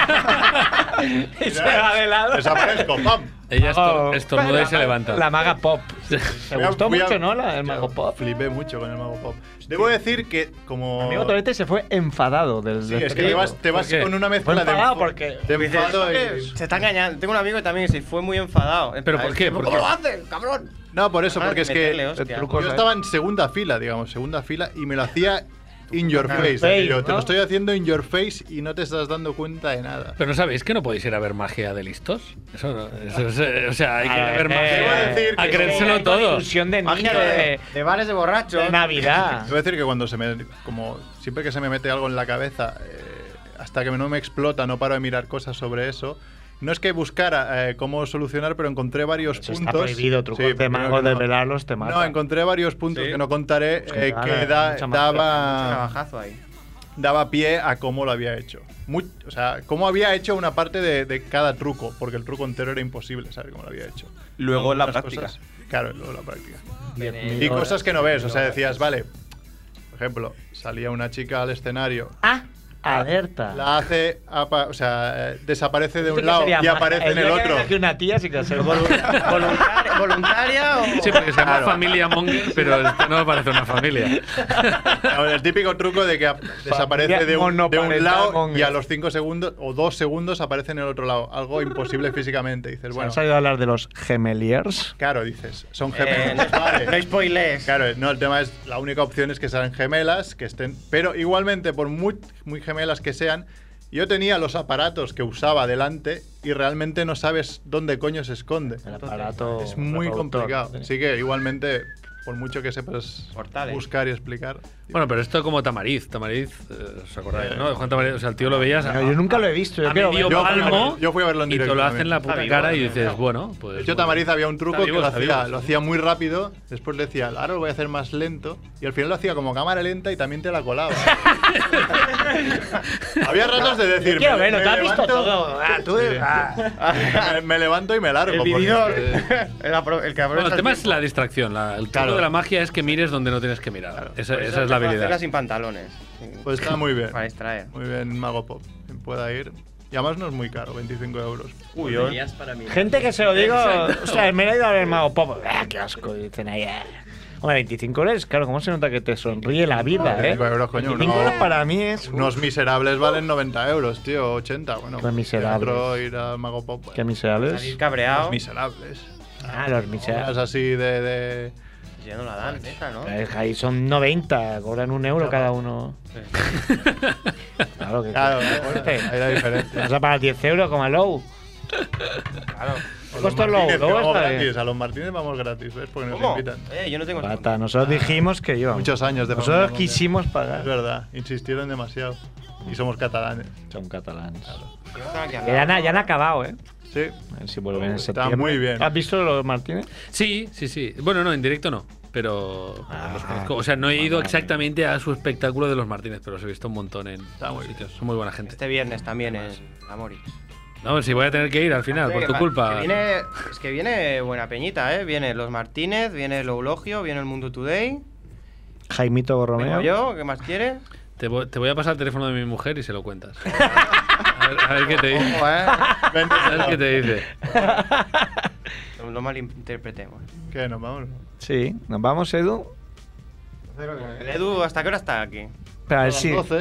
Y se va de lado. Desaparezco, ¡pam! Ella Mago- estor- estornuda y se levanta. La maga pop. ¿Te Voy a- gustó voy a- mucho, no? La, el mago pop. Flipé mucho con el mago pop. Debo decir que como... Amigo Torete se fue enfadado del Sí, del es que te periodo. vas, te vas ¿Por qué? con una Fue mezcla de, enfadado enfo- porque... de enfado y... Se está engañando. Tengo un amigo que también se fue muy enfadado. En ¿Pero plan, por qué? ¿Por ¿Cómo qué? lo haces, cabrón? No, por eso, Ah, porque es meterle que hostia. el truco- yo estaba en segunda fila, digamos, segunda fila, y me lo hacía in your Claro, face. face, aquello. Te ¿no? lo estoy haciendo in your face y no te estás dando cuenta de nada. Pero no sabéis que no podéis ir a ver magia de listos. Eso no. Eso es, eh, o sea, hay que A ver ver, magia. debo decir a que- creérselo Hay todo. ilusión de Magia niño, de, de, de bares de borrachos. de Navidad. Debo decir que cuando se me. Como siempre que se me mete algo en la cabeza, eh, hasta que no me explota, no paro de mirar cosas sobre eso. No es que buscara eh, cómo solucionar, pero encontré varios Eso está puntos. prohibido, trucos Sí, de pero mago, que de no. velarlos te matan. No, encontré varios puntos Sí. que no contaré eh, Claro, que da- mucha magia. daba, Trabajazo ahí. daba pie a cómo lo había hecho. Mu- o sea, cómo había hecho una parte de, de cada truco, porque el truco entero era imposible saber cómo lo había hecho. Luego en la Algunas práctica. cosas- claro, luego la práctica. Viene- Y cosas que no ves, o sea, decías, vale, por ejemplo, salía una chica al escenario, Ah, alerta. la hace, apa- o sea, eh, desaparece de ¿Esto un qué lado sería y magia? aparece en el día que otro. venga aquí una tía sí que ser ¿Voluntaria, voluntaria o.? Sí, porque se llama Claro. familia Monger, pero esto no parece una familia. Ahora, el típico truco de que ap- desaparece de un, de un monoparental lado monger. y a los cinco segundos o dos segundos aparece en el otro lado. Algo imposible físicamente. Dices, bueno, ¿Has oído hablar de los gemeliers? claro, dices, son Eh, gemelas. no, vale. no spoilees. Claro, no, el tema es, la única opción es que sean gemelas, que estén, pero igualmente, por muy, muy gemelas que sean, yo tenía los aparatos que usaba delante y realmente no sabes dónde coño se esconde. El aparato Es muy reproductor. complicado. Sí. Así que igualmente, por mucho que sepas Portales. buscar y explicar. Bueno, pero esto como Tamariz. Tamariz, eh, ¿os acordáis? Eh, ¿No? De Juan Tamariz. O sea, el tío lo veías. No, yo nunca lo he visto. Yo a quiero medio verlo. Yo fui a palmo. ver- yo fui a verlo en Y te directo lo hace en la también. puta Está cara y vivo, dices, claro. bueno, pues. De hecho, bueno. Tamariz había un truco Está que vivo, lo está hacía, vivo. lo hacía muy rápido, después le decía, ahora lo voy a hacer más lento, y al final lo hacía como cámara lenta y también te la colaba. Había ratos de decir, Yo quiero me- verlo, me te has visto levanto- todo. Ah, tú. Sí. ah. me, me levanto y me largo. El porque- vividor. eh, el, apro- el que Bueno, aprovecha el tema es tiempo. la distracción. la- el truco Claro. de la magia es que mires donde no tienes que mirar. Esa, Por eso esa es la empezó a hacerla habilidad. sin pantalones. Pues está muy bien. Para distraer. Muy bien, Mago Pop. Quien pueda ir. Y además no es muy caro, veinticinco euros. Uy, Volverías para mí. Gente que se lo digo. O sea, me lo he ido a ver el mago pop. Ah, qué asco. Y dicen ahí. ah. Hombre, veinticinco euros, claro, ¿cómo se nota que te sonríe la vida, eh? veinticinco euros, coño, veinticinco no. euros para mí es. Unos miserables valen noventa euros, tío, ochenta. Bueno, Qué miserables. otro ir al Mago Pop. Qué miserables. Salir cabreado. Los miserables. Ah, los Horas miserables. así de, de- Ya no la dan, esa, ¿no? Ahí son noventa, cobran un euro cada uno. Claro que. Claro, fuerte. ahí la diferencia. Vas a pagar diez euros como a Low. Claro. A los Costo Low, Martínez, que Low vamos está bien. gratis. A los Martínez vamos gratis, ¿ves? Porque nos ¿Cómo? invitan. Eh, yo no tengo. Pata, nosotros dijimos que íbamos. Muchos años de Nosotros familia quisimos mundial. pagar. Es verdad, insistieron demasiado. Y somos catalanes. Son catalanes. Yo no estaba aquí al Que lado. ya, han- ya han acabado, ¿eh? Sí. A ver si vuelven en Está septiembre. muy bien. ¿Has visto los Martínez? Sí, sí, sí. Bueno, no, en directo no. Pero, pero Ah, los conozco. O sea, no he ido bueno. exactamente a su espectáculo de los Martínez, pero los he visto un montón en Está muy sitios. Son muy buena gente. Este viernes también en Amorix. No, si voy a tener que ir al final, por tu Que culpa. viene, es que viene buena peñita, ¿eh? Viene los Martínez, viene el Eulogio, viene el Mundo Today. Jaimito Vengo Borromeo. yo, ¿qué más quieres? Te voy, te voy a pasar el teléfono de mi mujer y se lo cuentas. A ver, a ver qué te dice. Ojo, ¿eh? Vente, A ver qué te dice. No lo malinterpretemos. ¿Qué? ¿Nos vamos? Sí, nos vamos, Edu. El Edu, ¿hasta qué hora está aquí? Pero a A ver las si. doce.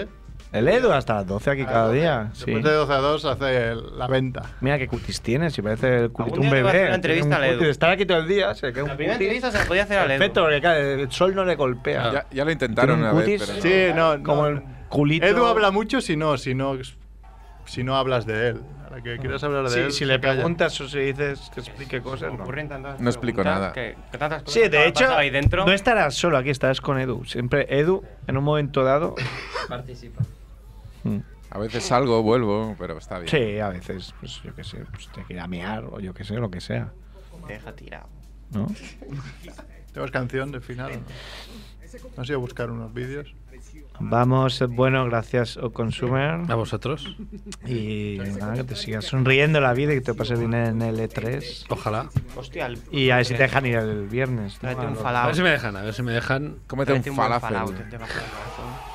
El Edu hasta las doce aquí cada día. Sí. Después de doce a dos hace el- la venta. Mira qué cutis tienes, si parece el cutis Algún un día le voy a hacer bebé. una entrevista Tiene un al Edu. cutis. Estar aquí todo el día, se queda un La primera cutis. entrevista se la podía hacer al Edu. Perfecto, porque claro, el sol no le golpea. Ya, ya lo intentaron Tiene una un vez, cutis. pero no. Sí, no, Como no. el culito. Edu habla mucho si no, si no, si no hablas de él. Ahora que quieras hablar de Sí, él. si se le calla. preguntas o si dices que explique cosas, no. Ocurren tantas No explico preguntas nada. Que, que tantas cosas Sí, que de han hecho, pasado ahí dentro. no estarás solo aquí, estarás con Edu. Siempre Edu, en un momento dado. Participa. Mm. A veces salgo, vuelvo, pero está bien. Sí, a veces, pues yo qué sé, pues te quiere mear o yo qué sé, lo que sea. Te deja tirado. ¿No? ¿Tenemos canción de final? ¿O no? ¿Has ido a buscar unos vídeos? Vamos, bueno, gracias o Consumer. ¿A vosotros? Y nada, que te sigas sonriendo la vida y que te pases bien en el E tres. Ojalá. Hostia, el- Y a ver si te dejan ir el viernes. ¿no? Tráete A un los- A Fallout. ver si me dejan, a ver si me dejan. Cómete un Tráete buen falafel. Fallout, te va a hacer el corazón.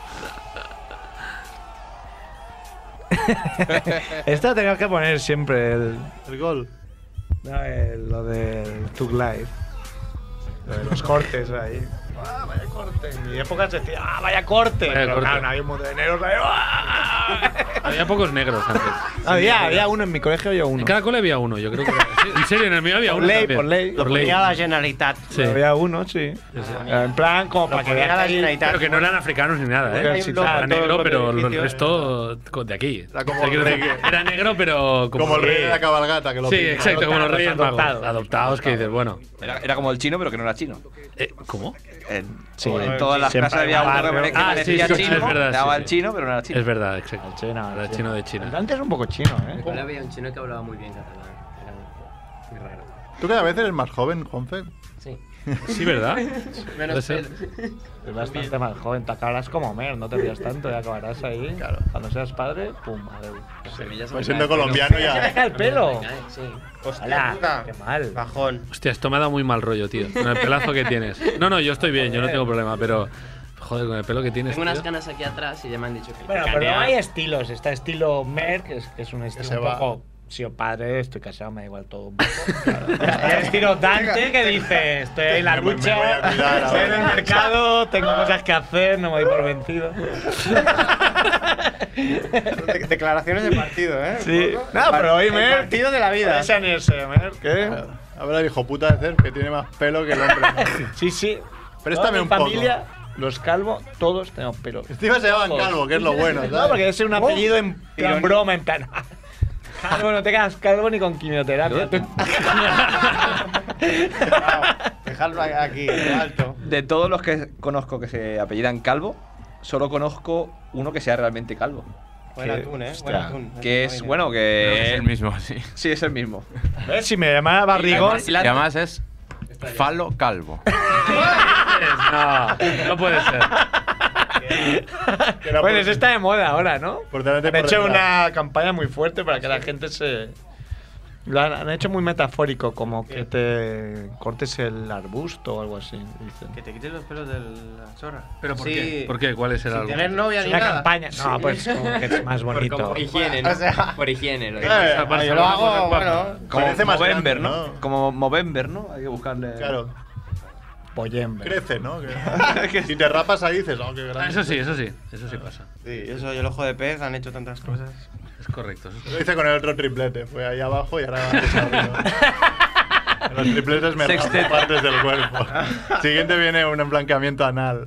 Esto teníamos que poner siempre el, El gol. no, el- lo del Tug Life. Lo de los cortes ahí. Ah, vaya corte. En mi época se decía, ah, vaya corte. Vaya Pero corte. claro, no había un montón de negros ahí. ¡ah! Había pocos negros antes. Había, había uno en mi colegio, había uno. En cada cole había uno, yo creo que. Sí, en serio, en el mío había Por uno. ley, también. por ley. Lo ponía la Generalitat. Sí. Había uno, sí. En plan, como para que ponía veas la ahí- Generalitat. Pero que no eran africanos ni nada, Porque ¿eh? hay un logo Era en negro, todos los pero el edificios. resto co- de aquí. Era como O sea, quiero el decir, rey que- era negro, pero como, Como el rey de la cabalgata, que lo Sí, pinta. exacto, como los reyes magos. Adoptados. Adoptados, que dices, bueno. Era, era como el chino, pero que no era chino. eh, ¿Cómo? En, Sí, en todas las siempre clases había uno barrio. que pare- que Ah, parecía sí, sí, chino, es verdad, le daba sí, el sí. chino, pero no era chino. Es verdad, exacto. El chino, Era sí. chino de China. Antes era un poco chino, ¿eh? Igual había un chino que hablaba muy bien catalán. Era muy raro. ¿Tú cada vez eres más joven, Juanfe? Sí. Sí, ¿verdad? Puede Menos ser. pelo. Es bastante más joven. Te acabarás como Mer, no te rías tanto y acabarás ahí. Claro. Cuando seas padre, pum, adeu. Las semillas se Pues me siendo caen, colombiano Se me ya. cae el pelo. me caen, sí. Hostia, Hala, puta. qué mal. Bajón. Hostia, esto me ha dado muy mal rollo, tío. Con el pelazo que tienes. No, no, yo estoy bien, yo no tengo problema, pero. Joder, con el pelo que tienes. Tengo unas tío. canas aquí atrás y ya me han dicho que. Bueno, pero no hay estilos. Está estilo Mer, que es, que es un estilo se un va. poco. Si o padre, estoy casado, me da igual todo un poco. Está el estilo Dante, que dice: estoy en la Me- me lucha, voy a cuidar estoy en el ahora. mercado, tengo cosas que hacer, no me voy por vencido. De- Declaraciones de partido, ¿eh? Sí. Un poco. No, pero hoy El Mer. partido de la vida. Ese en ese, Mer, ¿qué? Ahora el hijo puta de Cer, que tiene más pelo que el hombre. Sí, sí. Préstame Toda un mi poco. familia, los calvos, todos tenemos pelo. Encima se llaman Todos. calvo, que es lo bueno, ¿sabes? No, porque es un apellido en plan Ironía. broma, en plan. Calvo, no te quedas calvo ni con quimioterapia. tú. Dejarlo aquí, en alto. De todos los que conozco que se apellidan Calvo, solo conozco uno que sea realmente calvo. Buen Que- atún, ¿eh? hostia, Buen atún. Que es, bueno, Creo que es que... el mismo, sí. Sí, es el mismo. ¿Ves? Si me llamara barrigón. Y la- Y además es Falo Calvo. No, no puede ser. Que era Bueno, por- eso está de moda ahora, ¿no? Por delante y Han por hecho detrás. una campaña muy fuerte para que la gente se. Lo han, han hecho muy metafórico, como que te cortes el arbusto o algo así. Dicen. Que te quites los pelos de la chorra. ¿Pero por Sí, qué? ¿Por qué? ¿Cuál es el Sin algo? tener novia Es ni una nada. campaña. No, pues como que es más bonito. Por higiene, ¿no? O sea- Por higiene, lo digo. Eh, O sea, para Yo ser lo una hago, cosa guapa. bueno. Como Parece más Movember, grande, ¿no? ¿no? Como Movember, ¿no? Hay que buscarle... Claro. Poyember. Crece, ¿no? Que- si te rapas ahí dices, oh, qué Ah, grande. eso sí, eso sí, eso sí pasa. Sí, eso y el ojo de pez han hecho tantas cosas. Es correcto. eso es- Lo hice con el otro triplete. Fue ahí abajo y ahora va arriba. En los tripletes me rapo Sextete. partes del cuerpo. Siguiente viene un emblanqueamiento anal.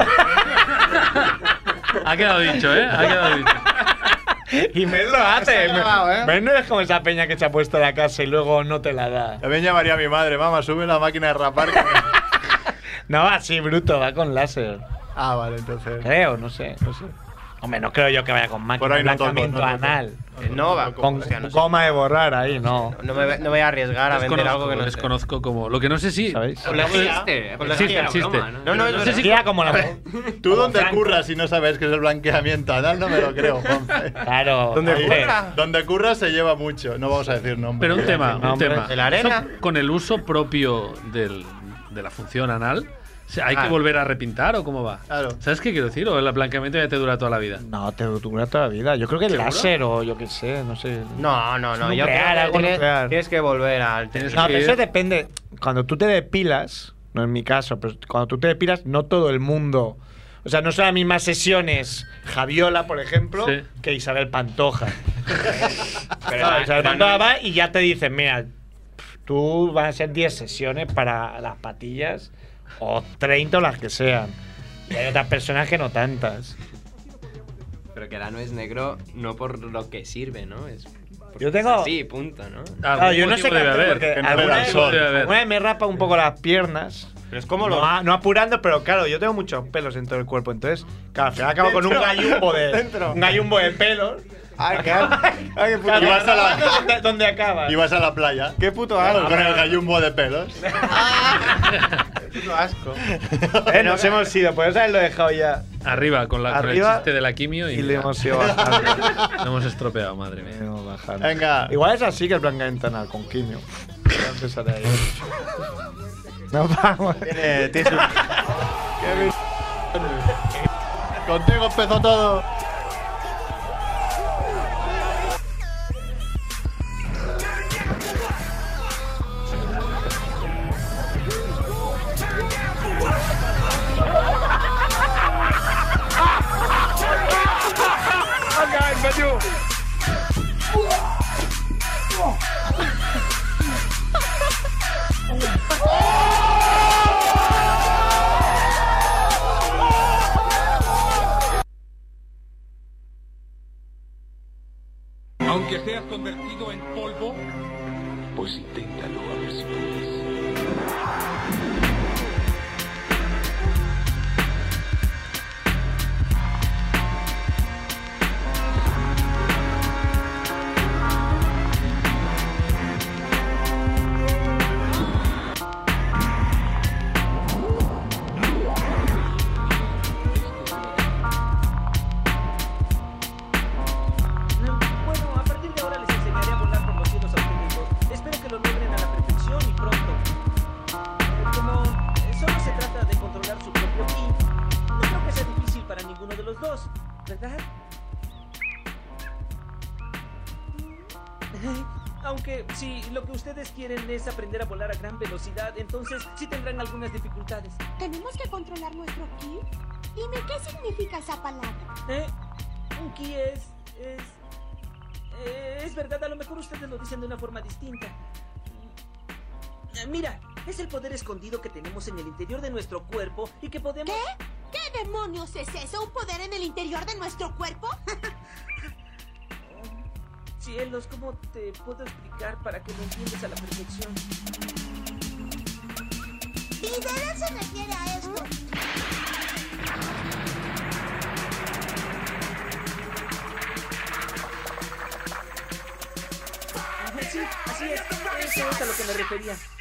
Ha quedado dicho, ¿eh? Ha quedado dicho. Y Mer lo hace. Está grabado, ¿eh? Mer no es como esa peña que se ha puesto la casa y luego no te la da. También llamaría a mi madre, mamá, sube la máquina de rapar. que me-". No va así, bruto, va con láser. Ah, vale, entonces. Creo, no sé, no sé. Hombre, no creo yo que vaya con máquina Por de ahí no toco, blanqueamiento no toco. anal. No va, Con hostia, no sé. goma de borrar ahí, no. No me, no me voy a arriesgar a vender algo que no sé. desconozco como. Lo que no sé si. ¿Sabéis? Con la guía. Existe, Con la Existe, guía. existe. broma, ¿no? No, no, No no sé sé si- Tía como la. Tú como donde Franco. curras si no sabes qué es el blanqueamiento anal, no me lo creo, Juanfe. Claro. ¿Dónde Ahí, curra? Donde curras se lleva mucho. No vamos a decir nombres. Pero un tema, un hombre, tema. ¿de la arena? Eso, con el uso propio del, de la función anal, ¿se- ¿hay Ah. que volver a repintar o cómo va? Claro. ¿Sabes qué quiero decir? ¿O el blanqueamiento ya te dura toda la vida? No, te dura toda la vida. Yo creo que el ¿Seguro? láser o yo qué sé, no sé. No, no, no. Es Yo nuclear, creo que algo tienes, nuclear. tienes que volver al Tienes No, que pero ir- eso depende. Cuando tú te depilas, no en mi caso, pero cuando tú te depilas, no todo el mundo O sea, no son las mismas sesiones Javiola, por ejemplo, Sí. que Isabel Pantoja. Pero Claro, la- Isabel la Pantoja no- va y ya te dicen, mira, tú van a ser diez sesiones para las patillas o treinta o las que sean. Y hay otras personas que no tantas. Pero que la no es negro no por lo que sirve, ¿no? Es Yo tengo... Sí, punto, ¿no? Claro, yo no sé qué debe hacer haber. porque que no alguna le da vez, el sol. Debe haber. alguna vez me rapa un poco las piernas. Pero es como No, lo. a- no apurando, pero claro, yo tengo muchos pelos en todo el cuerpo. Entonces, claro, al final acabo con un Dentro. gallumbo de, Dentro. un gallumbo de pelos. Ay, qué, ay, qué puto, Claro, Y vas a la- ¿dónde, dónde acaba? Y vas a la playa. qué puto Claro, asco. con el gallumbo de pelos. Qué puto asco. Eh, nos hemos ido, pues haberlo dejado ya. Arriba, con, la, con el Arriba, chiste de la quimio y, Y le mira, hemos ido bajando. lo hemos estropeado, madre Le mía. hemos bajando. Venga. Igual es así que el plan Gaentana con quimio. Voy a empezar ahí. Nos vamos. Tiene, tiene su- Contigo empezó todo. Aunque seas convertido en polvo, Pues inténtalo a ver si puedes. Bueno, a partir de ahora les enseñaré a volar por los cielos auténticos. Espero que lo logren a la perfección y pronto. Eh, Como eh, solo se trata de controlar su propio ki, no creo que sea difícil para ninguno de los dos, ¿verdad? Aunque si lo que ustedes quieren es aprender a volar a gran velocidad, entonces sí tendrán algunas dificultades. ¿Tenemos que controlar nuestro ki? Dime, ¿qué significa esa palabra? ¿Eh? Un ki es... es... eh, es verdad, a lo mejor ustedes lo dicen de una forma distinta. Eh, Mira, es el poder escondido que tenemos en el interior de nuestro cuerpo y que podemos... ¿Qué? ¿Qué demonios es eso? ¿Un poder en el interior de nuestro cuerpo? Cielos, ¿cómo te puedo explicar para que lo entiendas a la perfección? ¿Y de qué se refiere a esto? Sí, así es. Eso es a lo que me refería.